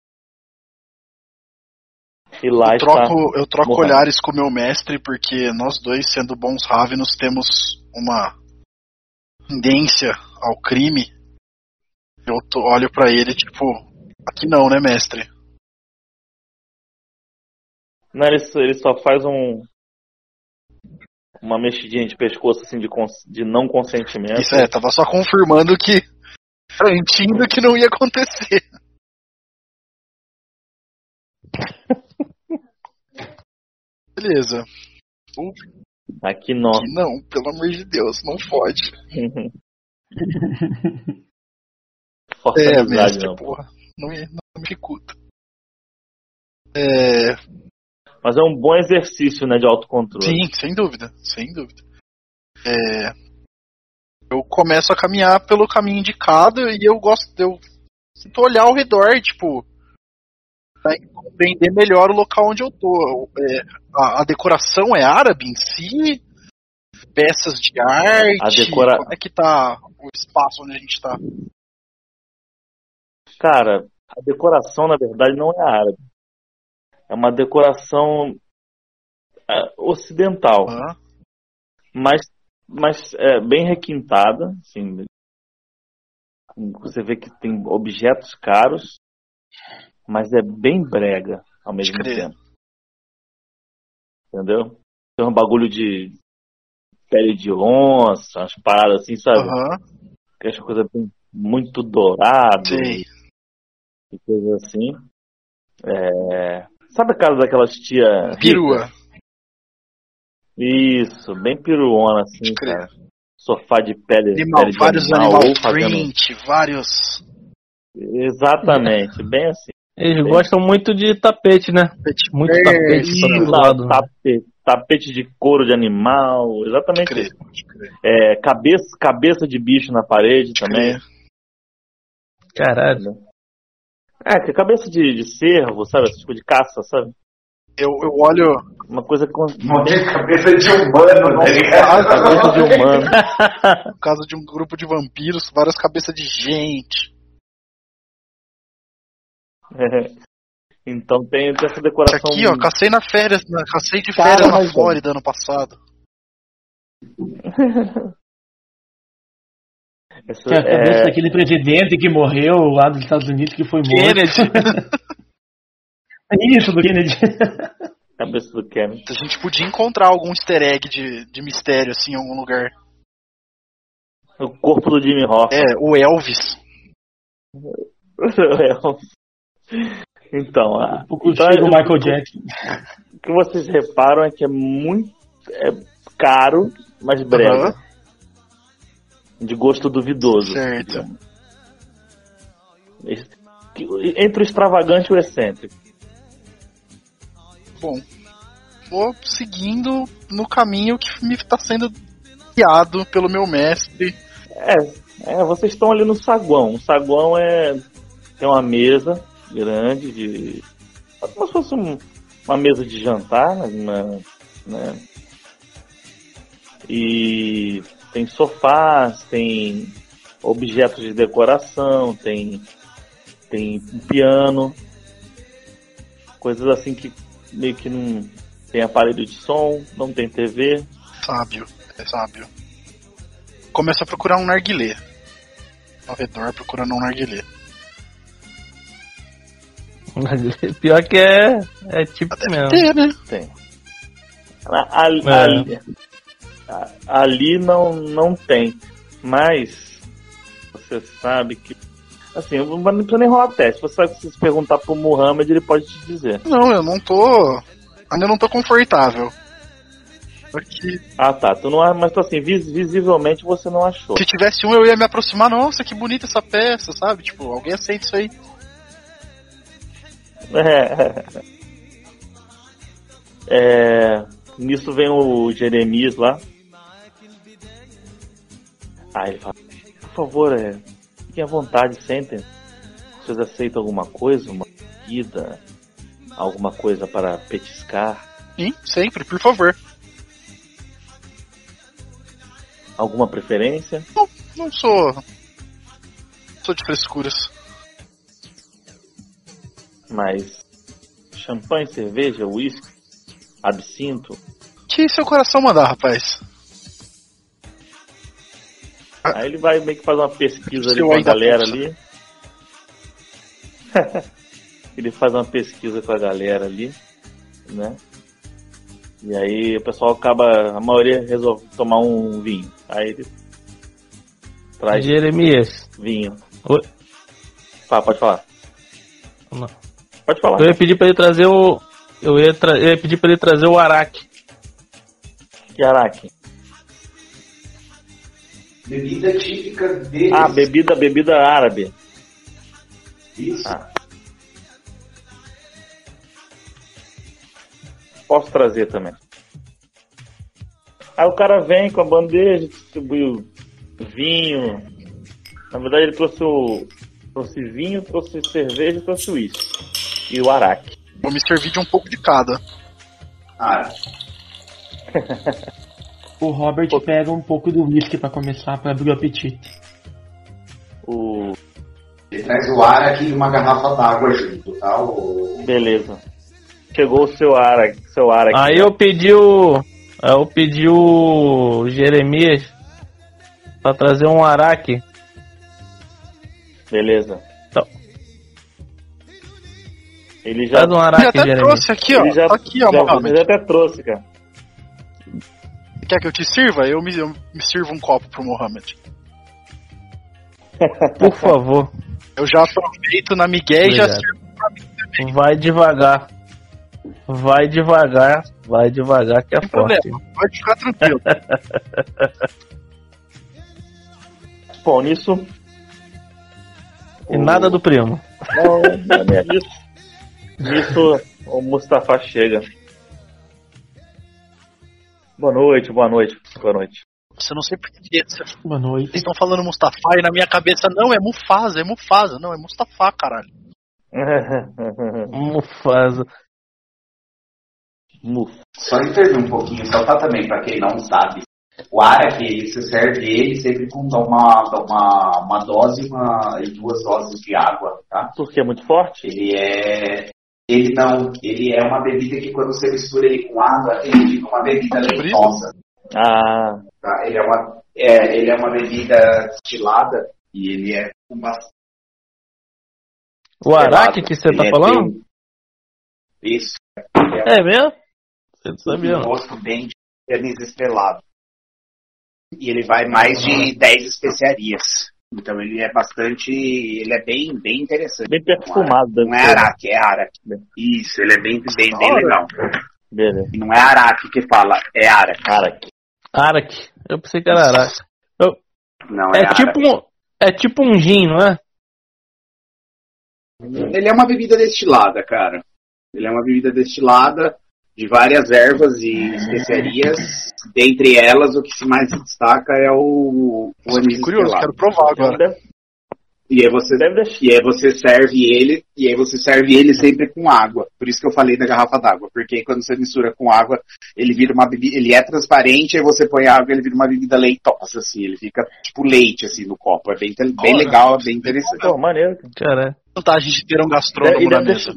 [SPEAKER 7] E lá
[SPEAKER 6] eu troco olhares com o meu mestre, porque nós dois, sendo bons Ravenos, temos uma tendência ao crime olho pra ele, tipo, aqui não, né, mestre?
[SPEAKER 7] Não, ele só faz uma mexidinha de pescoço assim de não consentimento.
[SPEAKER 6] Isso tava só confirmando que garantindo que não ia acontecer. Beleza.
[SPEAKER 7] Aqui não.
[SPEAKER 6] Aqui não, pelo amor de Deus, não fode.
[SPEAKER 7] Força a amizade,
[SPEAKER 6] mestre,
[SPEAKER 7] não.
[SPEAKER 6] Porra, não me dificulta.
[SPEAKER 7] Mas é um bom exercício, né, de autocontrole.
[SPEAKER 6] Sim, sem dúvida. Eu começo a caminhar pelo caminho indicado e eu sinto olhar ao redor, tipo, pra compreender melhor o local onde eu tô. A decoração é árabe em si? Peças de arte? Como é que tá o espaço onde a gente tá?
[SPEAKER 7] Cara, a decoração, na verdade, não é árabe. É uma decoração ocidental. Mas bem requintada. Assim, você vê que tem objetos caros, mas é bem brega ao mesmo tempo. Entendeu? Tem um bagulho de pele de onça, umas paradas assim, sabe? Aquelas coisas muito douradas e coisas assim. Sabe a casa daquelas tia
[SPEAKER 6] perua?
[SPEAKER 7] Isso, bem peruona assim, cara. Sofá de pele de
[SPEAKER 6] vários
[SPEAKER 7] animal
[SPEAKER 6] print, vários...
[SPEAKER 7] Exatamente, bem assim.
[SPEAKER 8] Eles gostam muito de tapete, né? Muito tapete pra todo lado.
[SPEAKER 7] Tapete de couro de animal, exatamente isso. Cabeça de bicho na parede também.
[SPEAKER 8] Caralho.
[SPEAKER 7] Que cabeça de cervo, sabe? Esse tipo de caça, sabe?
[SPEAKER 6] Eu olho...
[SPEAKER 7] Uma coisa com...
[SPEAKER 4] Cabeça de humano, tá ligado?
[SPEAKER 7] Cabeça de humano.
[SPEAKER 6] No caso de um grupo de vampiros, várias cabeças de gente.
[SPEAKER 7] Então tem essa decoração...
[SPEAKER 6] Aqui, ó, cacei de férias na Flórida ano passado.
[SPEAKER 5] Que a cabeça daquele presidente que morreu lá dos Estados Unidos, que foi morto.
[SPEAKER 6] Kennedy.
[SPEAKER 5] Isso, do Kennedy.
[SPEAKER 7] Cabeça do Kennedy.
[SPEAKER 6] A gente podia encontrar algum easter egg de mistério, assim, em algum lugar.
[SPEAKER 7] O corpo do Jimmy Hoffa.
[SPEAKER 6] O Elvis.
[SPEAKER 7] Então,
[SPEAKER 5] o Michael Jackson.
[SPEAKER 7] O que vocês reparam é que é muito caro, mas breve. De gosto duvidoso.
[SPEAKER 6] Certo.
[SPEAKER 7] Entre o extravagante e o excêntrico.
[SPEAKER 6] Bom, vou seguindo no caminho que me está sendo guiado pelo meu mestre.
[SPEAKER 7] Vocês estão ali no saguão. O saguão tem uma mesa grande, como se fosse uma mesa de jantar, né? E tem sofás, tem objetos de decoração, tem um piano, coisas assim que meio que não tem aparelho de som, não tem TV.
[SPEAKER 6] Sábio. Começa a procurar um narguilé. Ao redor, procurando um narguilé.
[SPEAKER 8] Pior que é tipo mesmo.
[SPEAKER 6] Ter, né?
[SPEAKER 7] Tem. Ali não tem. Mas você sabe que... Assim, não precisa nem rolar teste. Você sabe que se perguntar pro Muhammad, ele pode te dizer.
[SPEAKER 6] Não, eu não tô... Ainda não tô confortável. Aqui.
[SPEAKER 7] Tá. Tu não, mas assim, visivelmente você não achou.
[SPEAKER 6] Se tivesse eu ia me aproximar. Nossa, que bonita essa peça, sabe? Tipo, alguém aceita isso aí.
[SPEAKER 7] Nisso vem o Jeremias lá. Ele fala: por favor, fiquem à vontade, sentem. Vocês aceitam alguma coisa? Uma bebida? Alguma coisa para petiscar?
[SPEAKER 6] Sim, sempre, por favor.
[SPEAKER 7] Alguma preferência?
[SPEAKER 6] Não sou de frescuras.
[SPEAKER 7] Mas champanhe, cerveja, uísque, absinto?
[SPEAKER 6] Que seu coração mandar, rapaz.
[SPEAKER 7] Aí ele vai meio que fazer uma pesquisa ali com a galera ali. Ele faz uma pesquisa com a galera ali, né? E aí o pessoal acaba, a maioria resolve tomar um vinho. Aí ele traz
[SPEAKER 8] Jeremias.
[SPEAKER 7] vinho.
[SPEAKER 8] Oi?
[SPEAKER 7] Pode falar.
[SPEAKER 8] Não.
[SPEAKER 7] Pode falar.
[SPEAKER 8] Eu ia pedir pra ele trazer o. Eu ia pedir pra ele trazer o Araque.
[SPEAKER 7] Que araque?
[SPEAKER 4] Bebida típica deles.
[SPEAKER 7] Ah, bebida árabe.
[SPEAKER 4] Isso.
[SPEAKER 7] Ah. Posso trazer também. Aí o cara vem com a bandeja, distribuiu vinho. Na verdade ele trouxe vinho, trouxe cerveja e trouxe uísque. E o araque.
[SPEAKER 6] Vou me servir de um pouco de cada.
[SPEAKER 5] O Robert pega um pouco do whisky pra começar, pra abrir o apetite.
[SPEAKER 4] Ele traz o araque e uma garrafa d'água junto, tá?
[SPEAKER 7] Beleza. Chegou o seu araque.
[SPEAKER 8] Aí eu pedi o Jeremias pra trazer um Araque.
[SPEAKER 7] Beleza.
[SPEAKER 8] Então.
[SPEAKER 7] Ele já,
[SPEAKER 8] Traz um
[SPEAKER 6] Ele
[SPEAKER 8] Araque,
[SPEAKER 6] até
[SPEAKER 8] Jeremias.
[SPEAKER 6] trouxe aqui, ó.
[SPEAKER 7] ele já,
[SPEAKER 6] Aqui, ó,
[SPEAKER 7] já,
[SPEAKER 6] Mohamed.
[SPEAKER 7] ele até trouxe, cara.
[SPEAKER 6] Quer que eu te sirva? Eu me sirvo um copo pro Mohamed.
[SPEAKER 8] Por favor,
[SPEAKER 6] Eu já aproveito na migué e já
[SPEAKER 8] Obrigado.
[SPEAKER 6] sirvo pra mim.
[SPEAKER 8] vai devagar. Vai devagar que é
[SPEAKER 6] Sem
[SPEAKER 8] forte.
[SPEAKER 6] problema, pode ficar tranquilo.
[SPEAKER 7] Bom, nisso.
[SPEAKER 8] E nada do primo.
[SPEAKER 7] Nisso o Mustafa chega. Boa noite.
[SPEAKER 6] Você não sei porque vocês
[SPEAKER 5] Boa noite.
[SPEAKER 6] estão falando Mustafa e na minha cabeça não, é Mufasa. Não, é Mustafa, caralho.
[SPEAKER 8] Mufasa.
[SPEAKER 4] Só intervir um pouquinho, só tá também, pra quem não sabe. O araque, você serve ele sempre com uma dose e 2 doses de água, tá?
[SPEAKER 7] Porque é muito forte?
[SPEAKER 4] Ele é uma bebida que quando você mistura ele com água, ele fica uma bebida leitosa.
[SPEAKER 7] Ah,
[SPEAKER 4] Tá? Ele é uma bebida destilada e ele é com bastante.
[SPEAKER 8] O Araque que você tá falando?
[SPEAKER 4] Isso.
[SPEAKER 8] É mesmo? Você não sabia,
[SPEAKER 4] Um
[SPEAKER 8] não.
[SPEAKER 4] gosto bem de verniz estrelado. E ele vai mais de 10 especiarias. Então ele é bem interessante.
[SPEAKER 7] bem perfumado.
[SPEAKER 4] Não é araque, é araque. Isso, ele é bem legal.
[SPEAKER 7] Beleza.
[SPEAKER 4] E não é araque que fala, é araque.
[SPEAKER 8] Araque. Eu pensei que era Araque.
[SPEAKER 4] Não, é araque.
[SPEAKER 8] É tipo um gin, não é?
[SPEAKER 4] Ele é uma bebida destilada, cara. Ele é uma bebida destilada de várias ervas e especiarias. Dentre elas, o que se mais destaca é o anis
[SPEAKER 6] Curioso,
[SPEAKER 4] estrelado.
[SPEAKER 6] quero provar agora.
[SPEAKER 4] E aí você serve ele sempre com água. Por isso que eu falei da garrafa d'água, porque quando você mistura com água, ele vira uma bebida, ele é transparente, aí você põe água, ele vira uma bebida leitosa assim, ele fica tipo leite assim no copo. É bem legal, é bem interessante.
[SPEAKER 7] Pô, maneiro.
[SPEAKER 8] Cara,
[SPEAKER 6] Vantagem de ter um gastrônomo na mesa.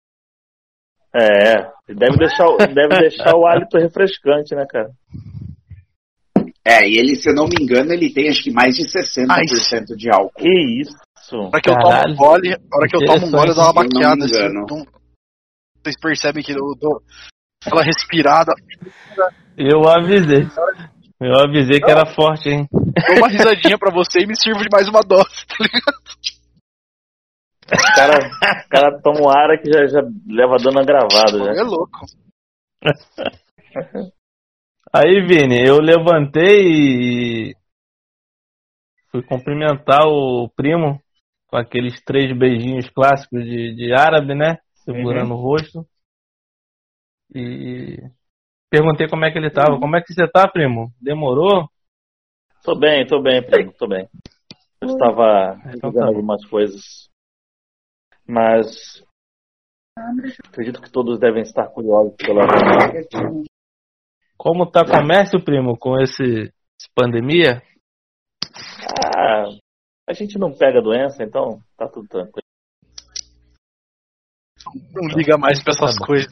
[SPEAKER 7] Deve deixar o hálito refrescante, né, cara?
[SPEAKER 4] E ele, se eu não me engano, ele tem acho que mais de 60% de álcool.
[SPEAKER 7] Que isso?
[SPEAKER 6] A hora que eu tomo um gole, eu dou uma baqueada
[SPEAKER 4] Se eu
[SPEAKER 6] assim.
[SPEAKER 4] não me
[SPEAKER 6] Então, vocês percebem que eu dou aquela respirada.
[SPEAKER 8] eu avisei que era forte, hein?
[SPEAKER 6] Dou uma risadinha pra você e me sirvo de mais uma dose, tá ligado?
[SPEAKER 7] O cara toma um ara que já leva dano agravado. Já.
[SPEAKER 6] É louco.
[SPEAKER 8] Aí, Vini, eu levantei e fui cumprimentar o primo com aqueles 3 beijinhos clássicos de árabe, né? Segurando o rosto. E perguntei como é que ele tava. Como é que você tá, primo? Demorou?
[SPEAKER 7] Tô bem, primo, tô bem. Eu estava fazendo algumas coisas, mas acredito que todos devem estar curiosos pela
[SPEAKER 8] Como tá o comércio, primo, com essa pandemia?
[SPEAKER 7] A gente não pega doença, então tá tudo tranquilo.
[SPEAKER 6] Não liga mais pra essas coisas.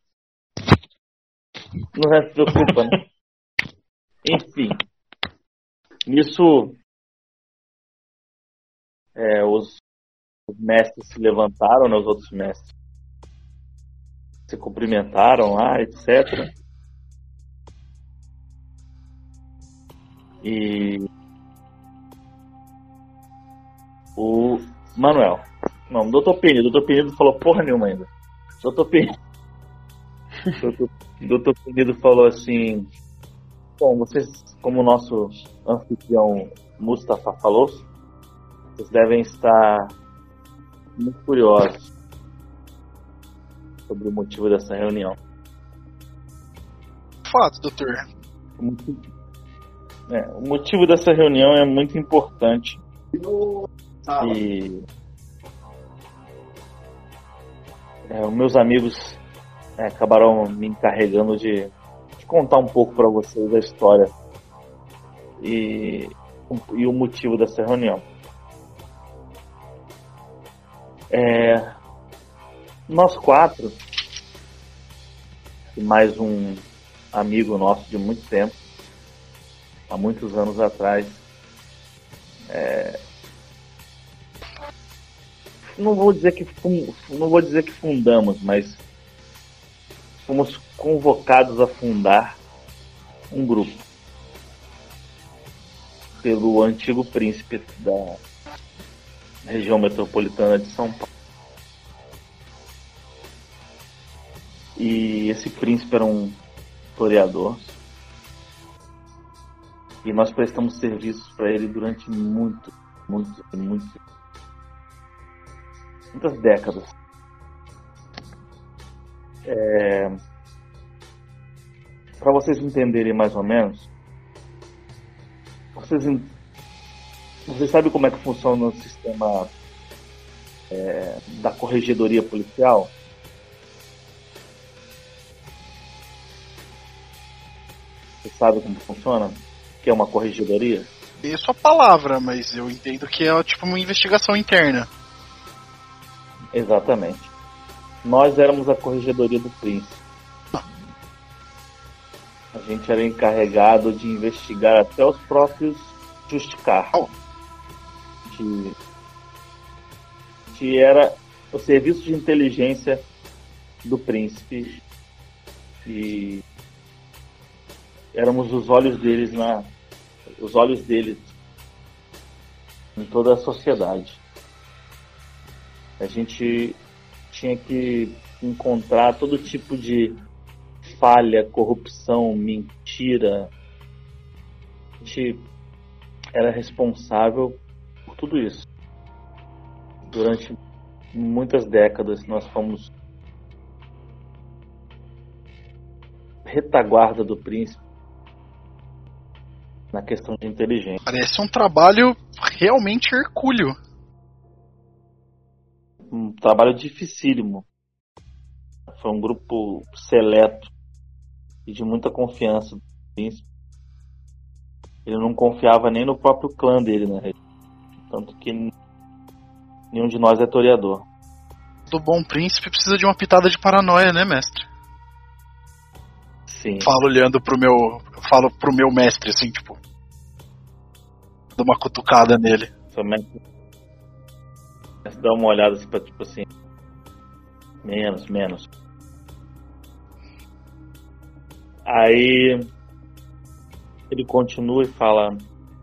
[SPEAKER 7] Não se preocupa, né? Enfim. Nisso, os mestres se levantaram, né, os outros mestres se cumprimentaram lá, etc. E o Manuel, não, Dr. Penido falou porra nenhuma ainda. Dr. Penido falou assim: bom, vocês, como o nosso anfitrião Mustafa falou, vocês devem estar muito curiosos sobre o motivo dessa reunião.
[SPEAKER 6] Fato, doutor.
[SPEAKER 7] O motivo dessa reunião é muito importante. E os meus amigos acabaram me encarregando de contar um pouco para vocês a história e o motivo dessa reunião. Nós 4 e mais um amigo nosso de muito tempo, há muitos anos atrás, não vou dizer que fundamos, mas fomos convocados a fundar um grupo pelo antigo príncipe da região metropolitana de São Paulo. E esse príncipe era um historiador. E nós prestamos serviços para ele durante muitas décadas. Para vocês entenderem mais ou menos, vocês sabem como é que funciona o sistema da corregedoria policial? Você sabe como funciona? O que é uma corregedoria?
[SPEAKER 6] Isso é a palavra, mas eu entendo que é tipo uma investigação interna.
[SPEAKER 7] Exatamente. Nós éramos a corregedoria do príncipe. A gente era encarregado de investigar até os próprios Justcar. Que era o serviço de inteligência do príncipe. E éramos os olhos deles em toda a sociedade. A gente tinha que encontrar todo tipo de falha, corrupção, mentira. A gente era responsável por tudo isso. Durante muitas décadas nós fomos retaguarda do príncipe na questão de inteligência.
[SPEAKER 6] Parece um trabalho realmente hercúleo.
[SPEAKER 7] Um trabalho dificílimo. Foi um grupo seleto e de muita confiança do príncipe. Ele não confiava nem no próprio clã dele, né? Tanto que nenhum de nós é toreador.
[SPEAKER 6] Do bom príncipe precisa de uma pitada de paranoia, né, mestre?
[SPEAKER 7] Sim.
[SPEAKER 6] Falo pro meu mestre, assim, tipo, dou uma cutucada nele.
[SPEAKER 7] Somente dá uma olhada assim, pra, tipo assim, menos. Aí ele continua e fala: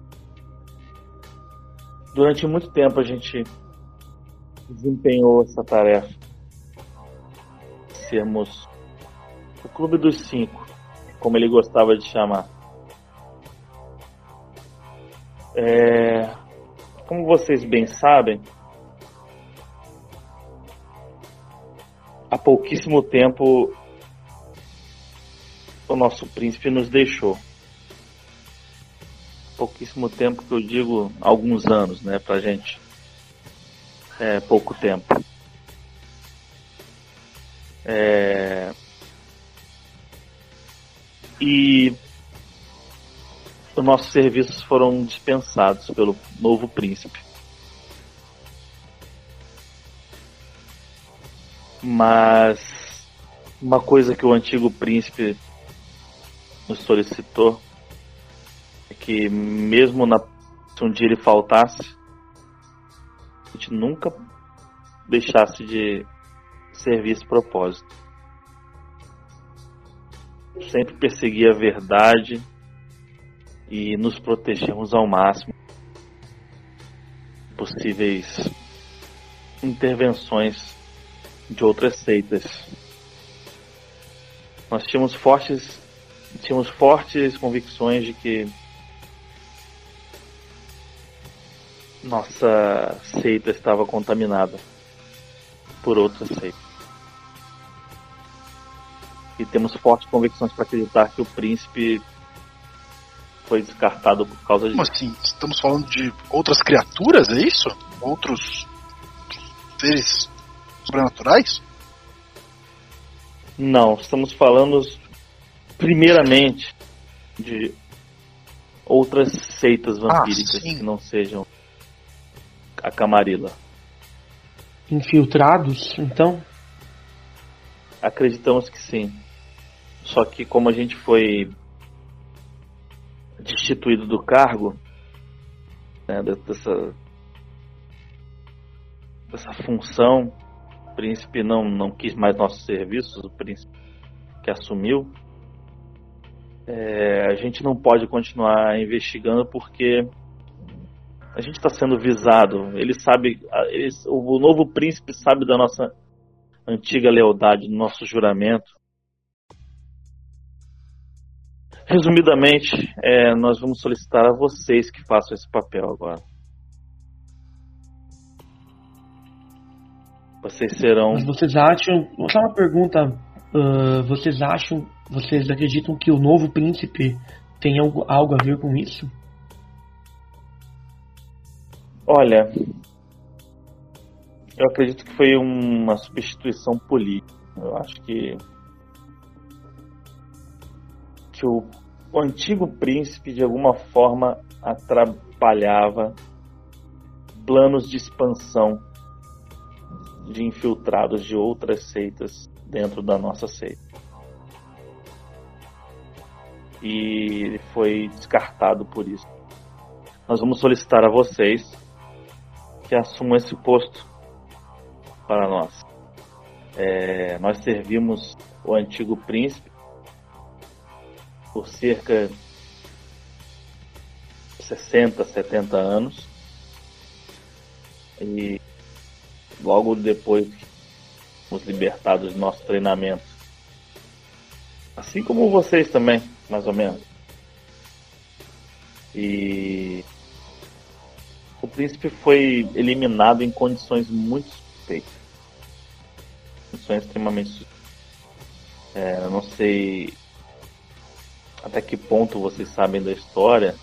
[SPEAKER 7] durante muito tempo a gente desempenhou essa tarefa, sermos o Clube dos 5, como ele gostava de chamar. Como vocês bem sabem, há pouquíssimo tempo o nosso príncipe nos deixou. Pouquíssimo tempo que eu digo alguns anos, né, pra gente. É pouco tempo. E os nossos serviços foram dispensados pelo novo príncipe. Mas uma coisa que o antigo príncipe nos solicitou é que mesmo se um dia ele faltasse, a gente nunca deixasse de servir esse propósito. Sempre perseguir a verdade e nos protegermos ao máximo possíveis intervenções de outras seitas. Nós tínhamos fortes convicções de que nossa seita estava contaminada por outras seitas. E temos fortes convicções para acreditar que o príncipe foi descartado por causa disso.
[SPEAKER 6] Como assim? Estamos falando de outras criaturas, é isso? Outros seres sobrenaturais?
[SPEAKER 7] Não, estamos falando primeiramente de outras seitas vampíricas
[SPEAKER 6] sim.
[SPEAKER 7] que não sejam a Camarilla.
[SPEAKER 5] Infiltrados, então?
[SPEAKER 7] Acreditamos que sim. Só que como a gente foi destituído do cargo, né, dessa função, o príncipe não quis mais nossos serviços, o príncipe que assumiu, a gente não pode continuar investigando porque a gente está sendo visado. Ele sabe, o novo príncipe sabe da nossa antiga lealdade, do nosso juramento. Resumidamente, nós vamos solicitar a vocês que façam esse papel agora. Vocês serão...
[SPEAKER 5] Mas vocês acham... Só uma pergunta. Vocês acreditam que o novo príncipe tem algo a ver com isso?
[SPEAKER 7] Olha, eu acredito que foi uma substituição política. Eu acho que o antigo príncipe de alguma forma atrapalhava planos de expansão de infiltrados de outras seitas dentro da nossa seita. E ele foi descartado por isso. Nós vamos solicitar a vocês que assumam esse posto para nós. Nós servimos o antigo príncipe por cerca de 60, 70 anos. E logo depois que fomos libertados do nosso treinamento, assim como vocês também, mais ou menos. E o príncipe foi eliminado em condições muito suspeitas. Condições extremamente suspeitas. Eu não sei até que ponto vocês sabem da história,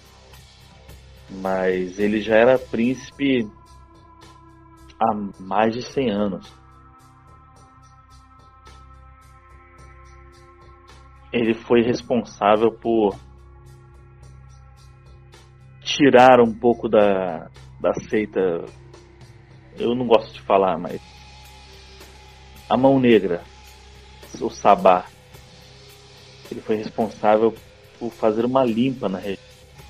[SPEAKER 7] mas ele já era príncipe há mais de 100 anos. Ele foi responsável por tirar um pouco da seita, eu não gosto de falar, mas a mão negra, o Sabá. Ele foi responsável por fazer uma limpa na região.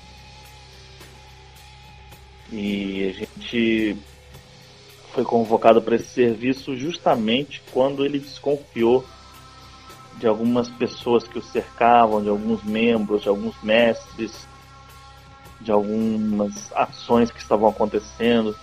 [SPEAKER 7] E a gente foi convocado para esse serviço justamente quando ele desconfiou de algumas pessoas que o cercavam, de alguns membros, de alguns mestres, de algumas ações que estavam acontecendo,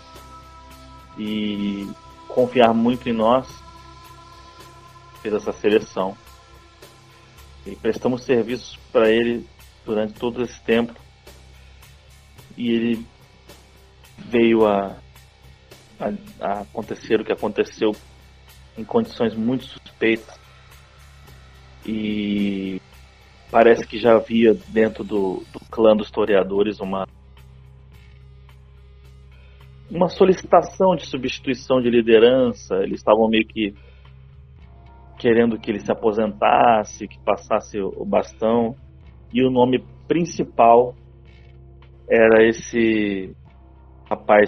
[SPEAKER 7] e confiar muito em nós, fez essa seleção. E prestamos serviços para ele durante todo esse tempo. E ele veio a acontecer o que aconteceu em condições muito suspeitas. E parece que já havia dentro do clã dos toreadores uma solicitação de substituição de liderança. Eles estavam meio que querendo que ele se aposentasse, que passasse o bastão, e o nome principal era esse rapaz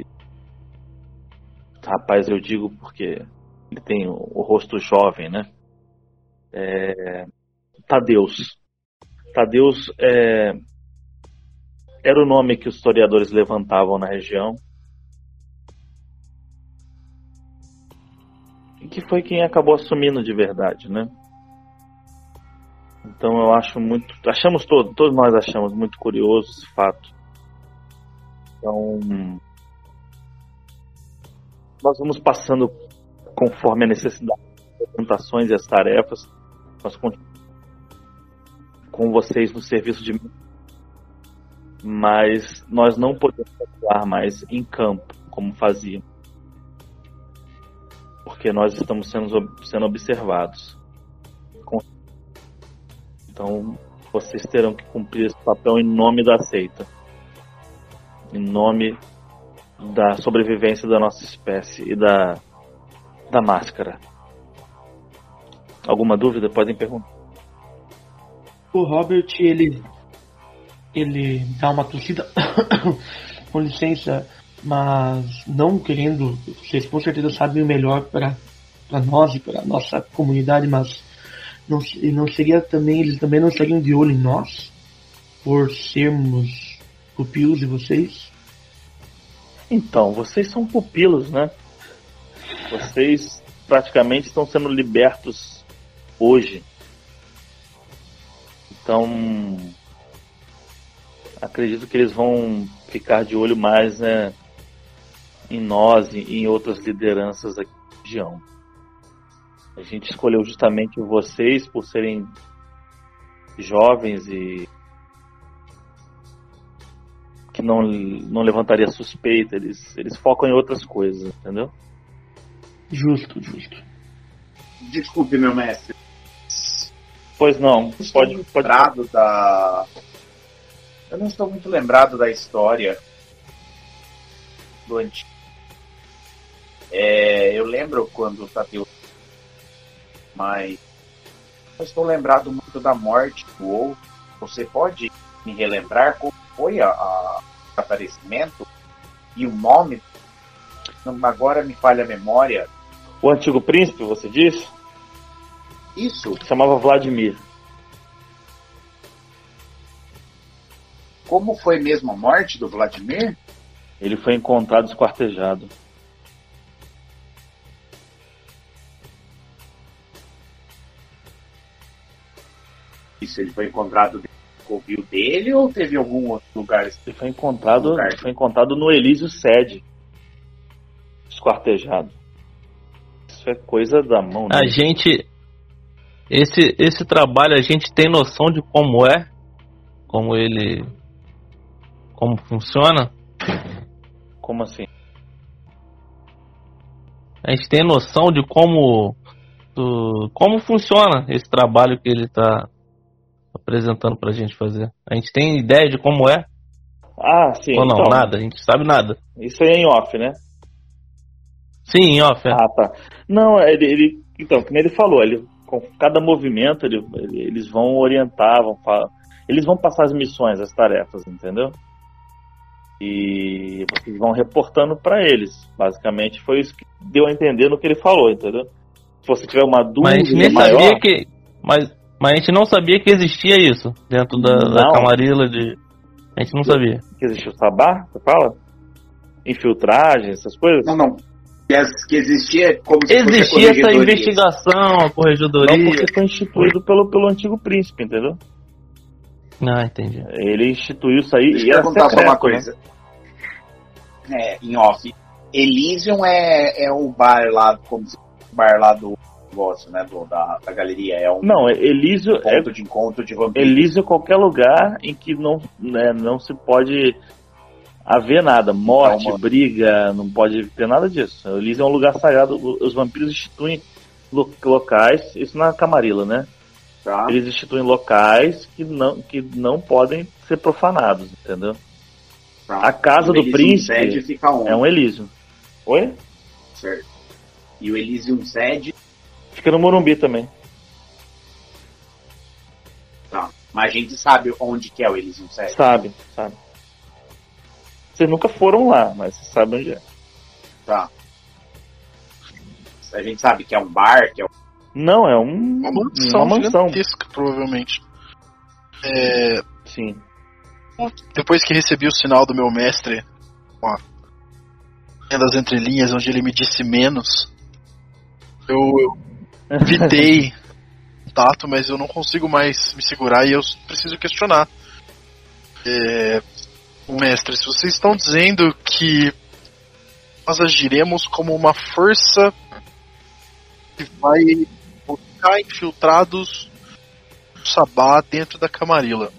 [SPEAKER 7] eu digo porque ele tem o rosto jovem, né? Tadeus era o nome que os historiadores levantavam na região, foi quem acabou assumindo de verdade, né? Então eu acho muito... todos nós achamos muito curioso esse fato. Então... nós vamos passando conforme a necessidade, as tentações e as tarefas. Nós continuamos com vocês no serviço de... mas nós não podemos atuar mais em campo, como fazíamos. Porque nós estamos sendo observados. Então, vocês terão que cumprir esse papel em nome da seita. Em nome da sobrevivência da nossa espécie e da máscara. Alguma dúvida? Podem perguntar.
[SPEAKER 5] O Robert, ele dá uma tossida, com licença, mas não querendo, vocês com certeza sabem o melhor para nós e para nossa comunidade, mas eles também não estariam de olho em nós, por sermos pupilos de vocês?
[SPEAKER 7] Então, vocês são pupilos, né? Vocês praticamente estão sendo libertos hoje. Então, acredito que eles vão ficar de olho mais, né, em nós e em outras lideranças aqui na região. A gente escolheu justamente vocês por serem jovens e que não levantaria suspeita. Eles focam em outras coisas, entendeu?
[SPEAKER 5] Justo.
[SPEAKER 4] Desculpe, meu mestre.
[SPEAKER 7] Pois não, pode.
[SPEAKER 4] Eu não estou muito lembrado da história do antigo. Eu lembro quando o Tadeu, mas não estou lembrado muito da morte do Wolf. Você pode me relembrar como foi o aparecimento e o nome? Agora me falha a memória.
[SPEAKER 7] O antigo príncipe, você disse?
[SPEAKER 4] Isso.
[SPEAKER 7] Chamava Vladimir.
[SPEAKER 4] Como foi mesmo a morte do Vladimir?
[SPEAKER 7] Ele foi encontrado esquartejado.
[SPEAKER 4] Isso, ele foi encontrado no covil dele ou teve algum outro lugar?
[SPEAKER 7] Ele foi encontrado no Elísio Sede, esquartejado. Isso é coisa da mão, né?
[SPEAKER 8] A gente... Esse trabalho, a gente tem noção de como é? Como funciona?
[SPEAKER 7] Como assim?
[SPEAKER 8] A gente tem noção de como funciona esse trabalho que ele está apresentando pra gente fazer. A gente tem ideia de como é?
[SPEAKER 7] Ah, sim.
[SPEAKER 8] Ou não,
[SPEAKER 7] então,
[SPEAKER 8] nada, a gente sabe nada.
[SPEAKER 7] Isso aí é em off, né?
[SPEAKER 8] Sim, em off. É.
[SPEAKER 7] Ah, tá. Não, então, como ele falou, com cada movimento eles vão orientar, eles vão passar as missões, as tarefas, entendeu? E vocês vão reportando pra eles. Basicamente foi isso que deu a entender no que ele falou, entendeu? Se você tiver uma dúvida
[SPEAKER 8] Mas a gente nem
[SPEAKER 7] maior...
[SPEAKER 8] sabia que... Mas a gente não sabia que existia isso dentro da camarila de... A gente não sabia.
[SPEAKER 7] Que existia o sabá, você fala? Infiltragem, essas coisas?
[SPEAKER 4] Não. Que existia como se fosse
[SPEAKER 8] existia essa investigação, a corregedoria.
[SPEAKER 7] Não, porque foi instituído pelo antigo príncipe, entendeu?
[SPEAKER 8] Ah, entendi.
[SPEAKER 7] Ele instituiu isso aí.
[SPEAKER 4] Deixa
[SPEAKER 7] e
[SPEAKER 4] eu perguntar só uma
[SPEAKER 7] secreto,
[SPEAKER 4] coisa. Né? Em off. Elysium é o bar lá, como se fosse o bar lá do negócio, né? Da galeria. É um
[SPEAKER 7] não, Elísio
[SPEAKER 4] ponto de encontro de vampiros.
[SPEAKER 7] Elísio é qualquer lugar em que não se pode haver nada. Morte, briga, não pode ter nada disso. Elísio é um lugar sagrado. Os vampiros instituem locais, isso na Camarilla, né?
[SPEAKER 4] Tá.
[SPEAKER 7] Eles instituem locais que não podem ser profanados, entendeu?
[SPEAKER 4] Tá.
[SPEAKER 7] A casa do príncipe
[SPEAKER 4] fica onde?
[SPEAKER 7] é um Elísio. Oi?
[SPEAKER 4] Certo. E o Elysium Sede
[SPEAKER 7] fica no Morumbi também.
[SPEAKER 4] Tá. Mas a gente sabe onde que é o Elysium Sede?
[SPEAKER 7] Sabe. Vocês nunca foram lá, mas você sabe onde é.
[SPEAKER 4] Tá. A gente sabe que é um bar, que é
[SPEAKER 7] Não, é
[SPEAKER 6] uma mansão gigantesca, provavelmente.
[SPEAKER 7] Sim.
[SPEAKER 6] Depois que recebi o sinal do meu mestre, das entrelinhas, onde ele me disse menos, Eu evitei tato, mas eu não consigo mais me segurar e eu preciso questionar. Mestre, se vocês estão dizendo que nós agiremos como uma força que vai buscar infiltrados do Sabá dentro da Camarilla,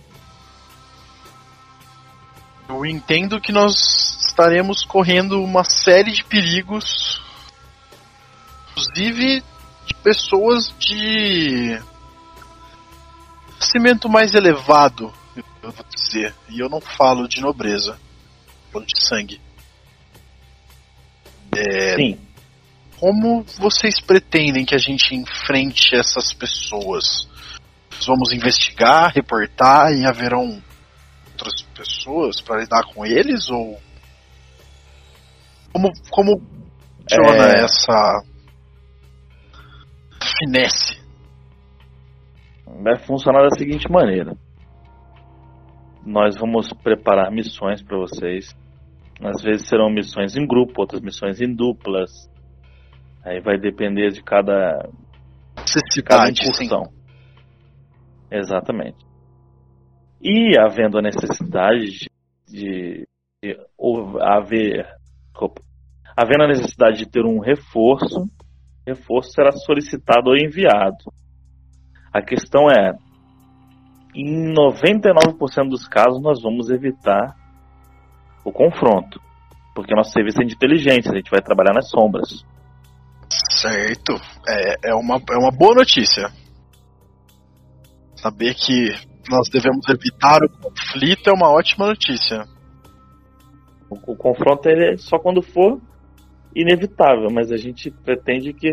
[SPEAKER 6] eu entendo que nós estaremos correndo uma série de perigos, inclusive de pessoas de cimento mais elevado, eu vou dizer. E eu não falo de nobreza, eu falo de sangue.
[SPEAKER 7] Sim.
[SPEAKER 6] Como vocês pretendem que a gente enfrente essas pessoas? Nós vamos investigar, reportar e haverão outras pessoas para lidar com eles? Ou como funciona essa finesse?
[SPEAKER 7] Vai funcionar da seguinte maneira: nós vamos preparar missões para vocês. Às vezes serão missões em grupo, outras missões em duplas. Aí vai depender de cada incursão. Sim. Exatamente. E havendo a necessidade havendo a necessidade de ter um reforço será solicitado ou enviado. A questão é, em 99% dos casos nós vamos evitar o confronto, porque nosso serviço é de inteligência, a gente vai trabalhar nas sombras.
[SPEAKER 6] Certo, é uma boa notícia. Saber que nós devemos evitar o conflito é uma ótima notícia.
[SPEAKER 7] O confronto é só quando for inevitável, mas a gente pretende que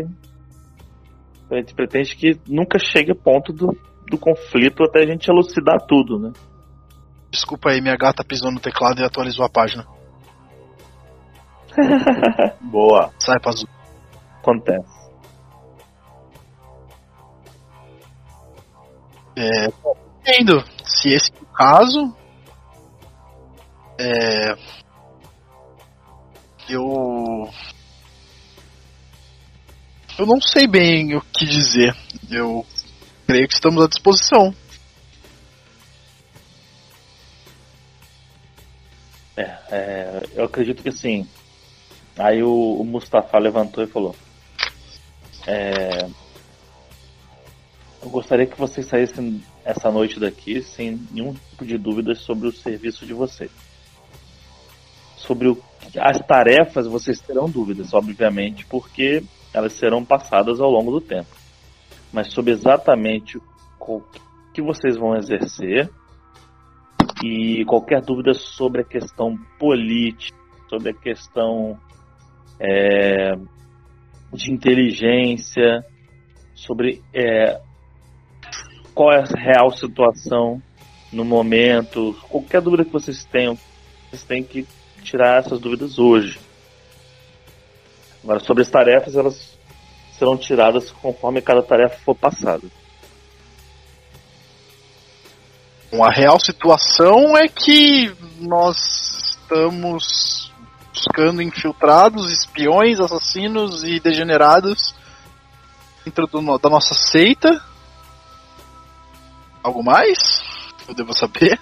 [SPEAKER 7] nunca chegue a ponto do conflito até a gente elucidar tudo, né?
[SPEAKER 6] Desculpa aí, minha gata pisou no teclado e atualizou a página.
[SPEAKER 7] Boa.
[SPEAKER 6] Sai pra azul.
[SPEAKER 7] Acontece.
[SPEAKER 6] Entendo. Se esse é o caso, eu não sei bem o que dizer. Eu creio que estamos à disposição.
[SPEAKER 7] Eu acredito que sim. Aí o Mustafa levantou e falou: eu gostaria que vocês saíssem essa noite daqui sem nenhum tipo de dúvida sobre o serviço de vocês. Sobre as tarefas vocês terão dúvidas, obviamente, porque elas serão passadas ao longo do tempo. Mas sobre exatamente o que vocês vão exercer e qualquer dúvida sobre a questão política, sobre a questão de inteligência, sobre qual é a real situação no momento, qualquer dúvida que vocês tenham, vocês têm que tirar essas dúvidas hoje. Agora, sobre as tarefas, elas serão tiradas conforme cada tarefa for passada.
[SPEAKER 6] A real situação é que nós estamos buscando infiltrados, espiões, assassinos e degenerados dentro da nossa seita. Algo mais? Eu devo saber?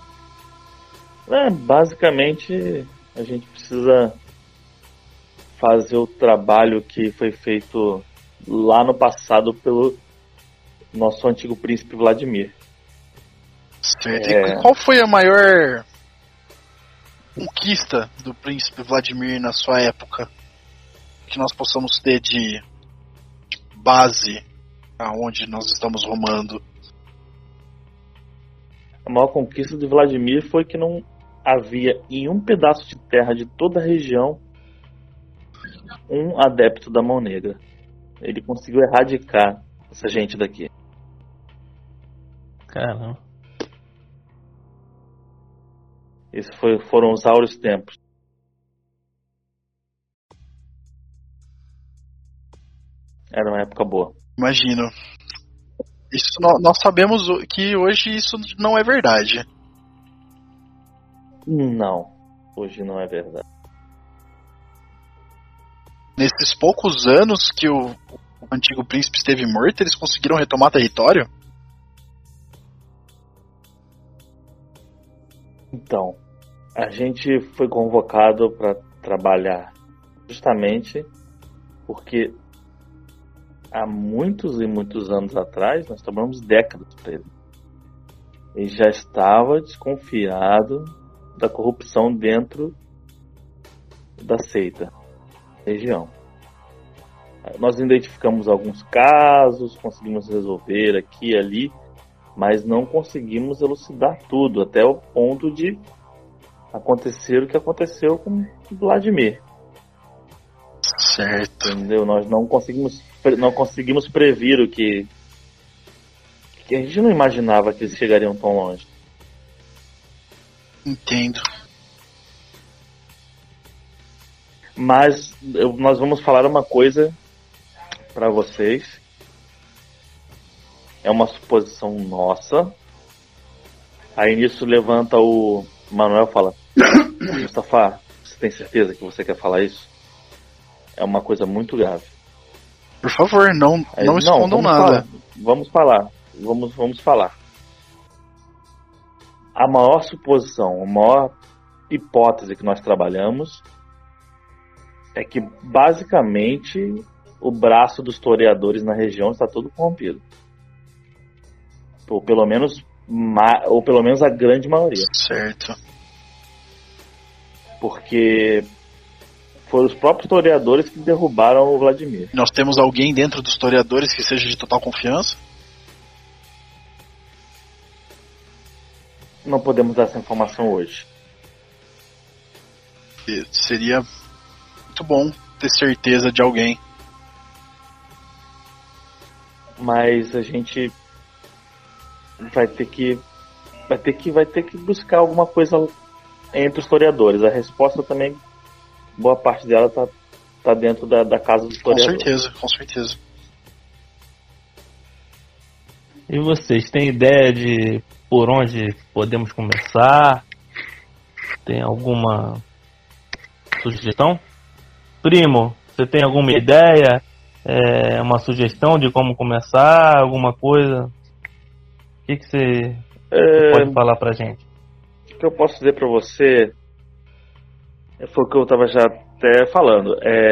[SPEAKER 7] Basicamente, a gente precisa fazer o trabalho que foi feito lá no passado pelo nosso antigo príncipe Vladimir.
[SPEAKER 6] Certo. E qual foi a maior conquista do príncipe Vladimir na sua época? Que nós possamos ter de base aonde nós estamos rumando?
[SPEAKER 7] A maior conquista de Vladimir foi que não havia em um pedaço de terra de toda a região um adepto da Mão Negra. Ele conseguiu erradicar essa gente daqui.
[SPEAKER 8] Caramba.
[SPEAKER 7] Esses foram os áureos tempos. Era uma época boa.
[SPEAKER 6] Imagino. Isso nós sabemos que hoje isso não é verdade.
[SPEAKER 7] Não, hoje não é verdade.
[SPEAKER 6] Nesses poucos anos que o antigo príncipe esteve morto, eles conseguiram retomar território?
[SPEAKER 7] Então, a gente foi convocado para trabalhar justamente porque há muitos e muitos anos atrás, nós trabalhamos décadas para ele. Ele já estava desconfiado da corrupção dentro da seita, região. Nós identificamos alguns casos, conseguimos resolver aqui e ali, mas não conseguimos elucidar tudo, até o ponto de acontecer o que aconteceu com Vladimir.
[SPEAKER 6] Certo.
[SPEAKER 7] Entendeu? Nós não conseguimos prever o que a gente não imaginava que eles chegariam tão longe.
[SPEAKER 6] Entendo.
[SPEAKER 7] Mas nós vamos falar uma coisa para vocês. É uma suposição nossa. Aí nisso levanta o Manuel e fala: Mustafa, você tem certeza que você quer falar isso? É uma coisa muito grave.
[SPEAKER 6] Por favor, não escondam nada.
[SPEAKER 7] Vamos falar. A maior suposição, a maior hipótese que nós trabalhamos é que basicamente o braço dos toreadores na região está todo corrompido. Ou pelo menos a grande maioria.
[SPEAKER 6] Certo.
[SPEAKER 7] Porque foram os próprios toreadores que derrubaram o Vladimir.
[SPEAKER 6] Nós temos alguém dentro dos toreadores que seja de total confiança?
[SPEAKER 7] Não podemos dar essa informação hoje.
[SPEAKER 6] Seria muito bom ter certeza de alguém.
[SPEAKER 7] Mas a gente vai ter que buscar alguma coisa entre os historiadores. A resposta também, boa parte dela tá dentro da casa dos historiadores.
[SPEAKER 6] Com certeza.
[SPEAKER 8] E vocês têm ideia de por onde podemos começar? Tem alguma sugestão? Primo, você tem alguma ideia? Uma sugestão de como começar? Alguma coisa? O que você pode falar pra gente?
[SPEAKER 7] O que eu posso dizer pra você foi o que eu tava já até falando.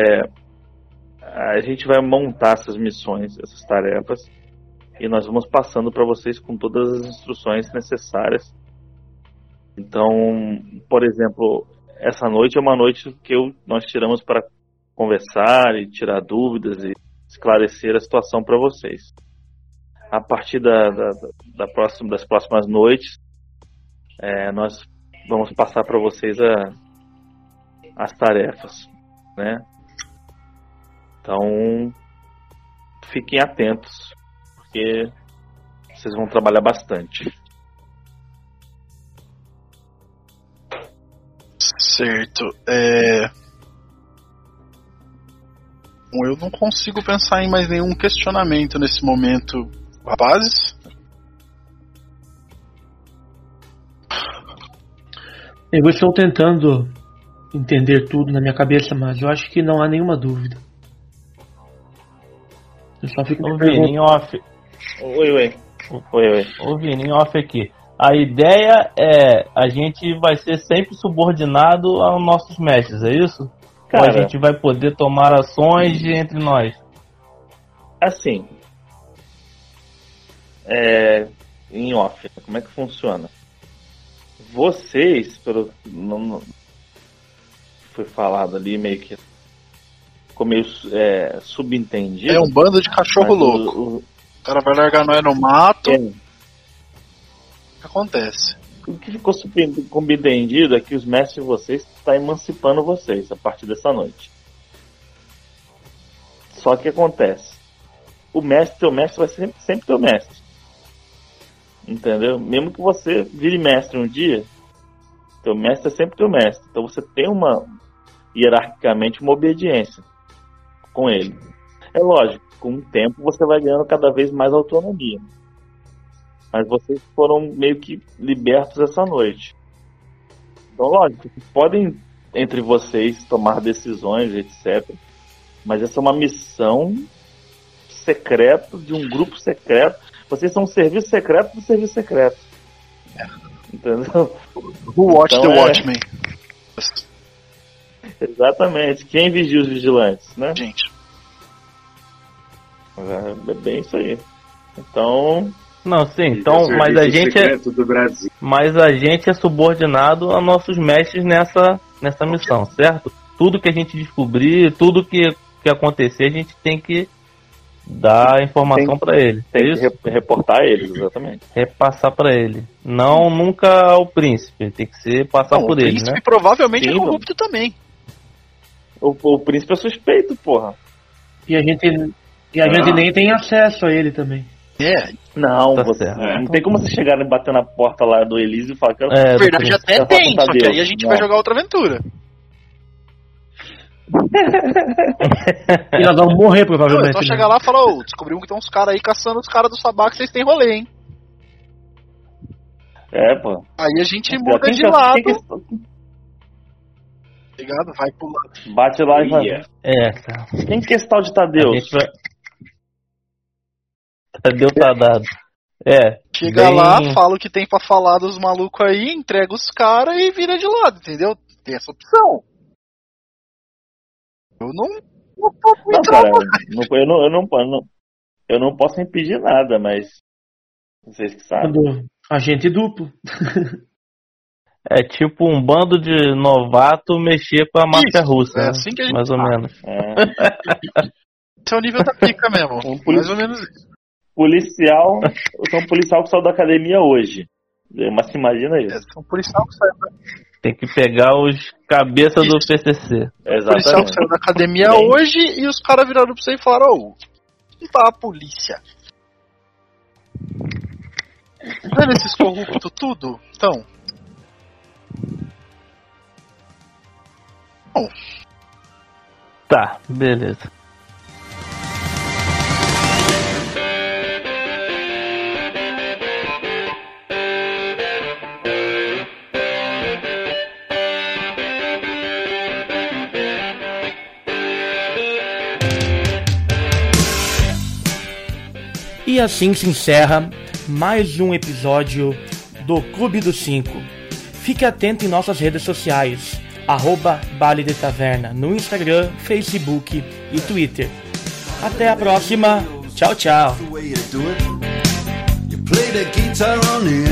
[SPEAKER 7] A gente vai montar essas missões, essas tarefas, e nós vamos passando para vocês com todas as instruções necessárias. Então, por exemplo, essa noite é uma noite que nós tiramos para conversar e tirar dúvidas e esclarecer a situação para vocês. A partir das próximas noites, nós vamos passar para vocês as tarefas, né? Então, fiquem atentos, porque vocês vão trabalhar bastante.
[SPEAKER 6] Certo. Eu não consigo pensar em mais nenhum questionamento nesse momento, rapazes.
[SPEAKER 5] Eu estou tentando entender tudo na minha cabeça, mas eu acho que não há nenhuma dúvida. Eu só fico
[SPEAKER 8] O Vininho off.
[SPEAKER 7] Oi.
[SPEAKER 8] O Vininho off aqui. A ideia é a gente vai ser sempre subordinado aos nossos mestres, é isso? Cara, ou a gente vai poder tomar ações entre nós?
[SPEAKER 7] Assim, em off, como é que funciona? Vocês, foi falado ali meio que ficou meio subentendido.
[SPEAKER 6] É um bando de cachorro louco. O cara vai largar nós no mato. O que acontece?
[SPEAKER 7] O que ficou subentendido é que os mestres de vocês estão emancipando vocês a partir dessa noite. Só que acontece, teu mestre vai ser sempre teu mestre. Entendeu? Mesmo que você vire mestre um dia, teu mestre é sempre teu mestre. Então você tem hierarquicamente uma obediência com ele. É lógico, com o tempo você vai ganhando cada vez mais autonomia. Mas vocês foram meio que libertos essa noite. Então, lógico, podem entre vocês tomar decisões, etc. Mas essa é uma missão secreto de um grupo secreto. Vocês são um serviço secreto do serviço secreto. Entendeu?
[SPEAKER 6] Who watched
[SPEAKER 7] Então,
[SPEAKER 6] the Watchmen?
[SPEAKER 7] Exatamente. Quem vigia os vigilantes, né?
[SPEAKER 6] Gente.
[SPEAKER 7] É bem isso aí. Então...
[SPEAKER 8] Não, sim, então, mas a gente é subordinado a nossos mestres nessa missão, certo? Tudo que a gente descobrir, tudo que acontecer, a gente tem que dar informação para ele.
[SPEAKER 7] Tem que reportar eles, exatamente.
[SPEAKER 8] Repassar para ele. Não nunca ao príncipe, tem que ser passar por ele, né? O príncipe
[SPEAKER 6] provavelmente é corrupto também.
[SPEAKER 7] O príncipe é suspeito, porra.
[SPEAKER 5] E a gente nem tem acesso a ele também.
[SPEAKER 7] Não,
[SPEAKER 8] Tá
[SPEAKER 7] você
[SPEAKER 8] certo.
[SPEAKER 7] não tem como você chegar e bater na porta lá do Elise e falar que
[SPEAKER 6] Na verdade até tem, só que aí a gente vai jogar outra aventura.
[SPEAKER 5] E nós vamos morrer, provavelmente.
[SPEAKER 6] É só chegar lá e falar, descobrimos que tem uns caras aí caçando os caras do Sabá que vocês têm rolê, hein?
[SPEAKER 7] Pô.
[SPEAKER 6] Aí a gente muda de lado. Ligado? Vai pro lado.
[SPEAKER 7] Bate lá e vai.
[SPEAKER 8] Cara.
[SPEAKER 7] Quem que é esse tal de Tadeu?
[SPEAKER 8] Tadeu tá dado.
[SPEAKER 6] Chega lá, fala o que tem pra falar dos malucos aí, entrega os caras e vira de lado, entendeu? Tem essa opção. Eu não tô muito
[SPEAKER 7] cara, eu não posso impedir nada, mas vocês que sabem.
[SPEAKER 5] Agente duplo.
[SPEAKER 8] É tipo um bando de novato mexer com a máfia russa.
[SPEAKER 6] É assim que a gente
[SPEAKER 8] mais ou menos.
[SPEAKER 6] Esse é o nível da pica mesmo. Mais ou menos isso.
[SPEAKER 7] Policial, eu sou um policial que saiu da academia hoje. Mas se imagina isso.
[SPEAKER 6] Um policial que saiu da...
[SPEAKER 8] Tem que pegar os cabeças do PCC.
[SPEAKER 6] Um policial que saiu da academia hoje e os caras viraram pra você e falaram: onde tá a polícia? Vendo esses corruptos tudo? Então. Bom.
[SPEAKER 8] Tá, beleza.
[SPEAKER 1] E assim se encerra mais um episódio do Clube dos 5. Fique atento em nossas redes sociais, @Baile de Taverna, no Instagram, Facebook e Twitter. Até a próxima, tchau, tchau.
[SPEAKER 9] You play the guitar on the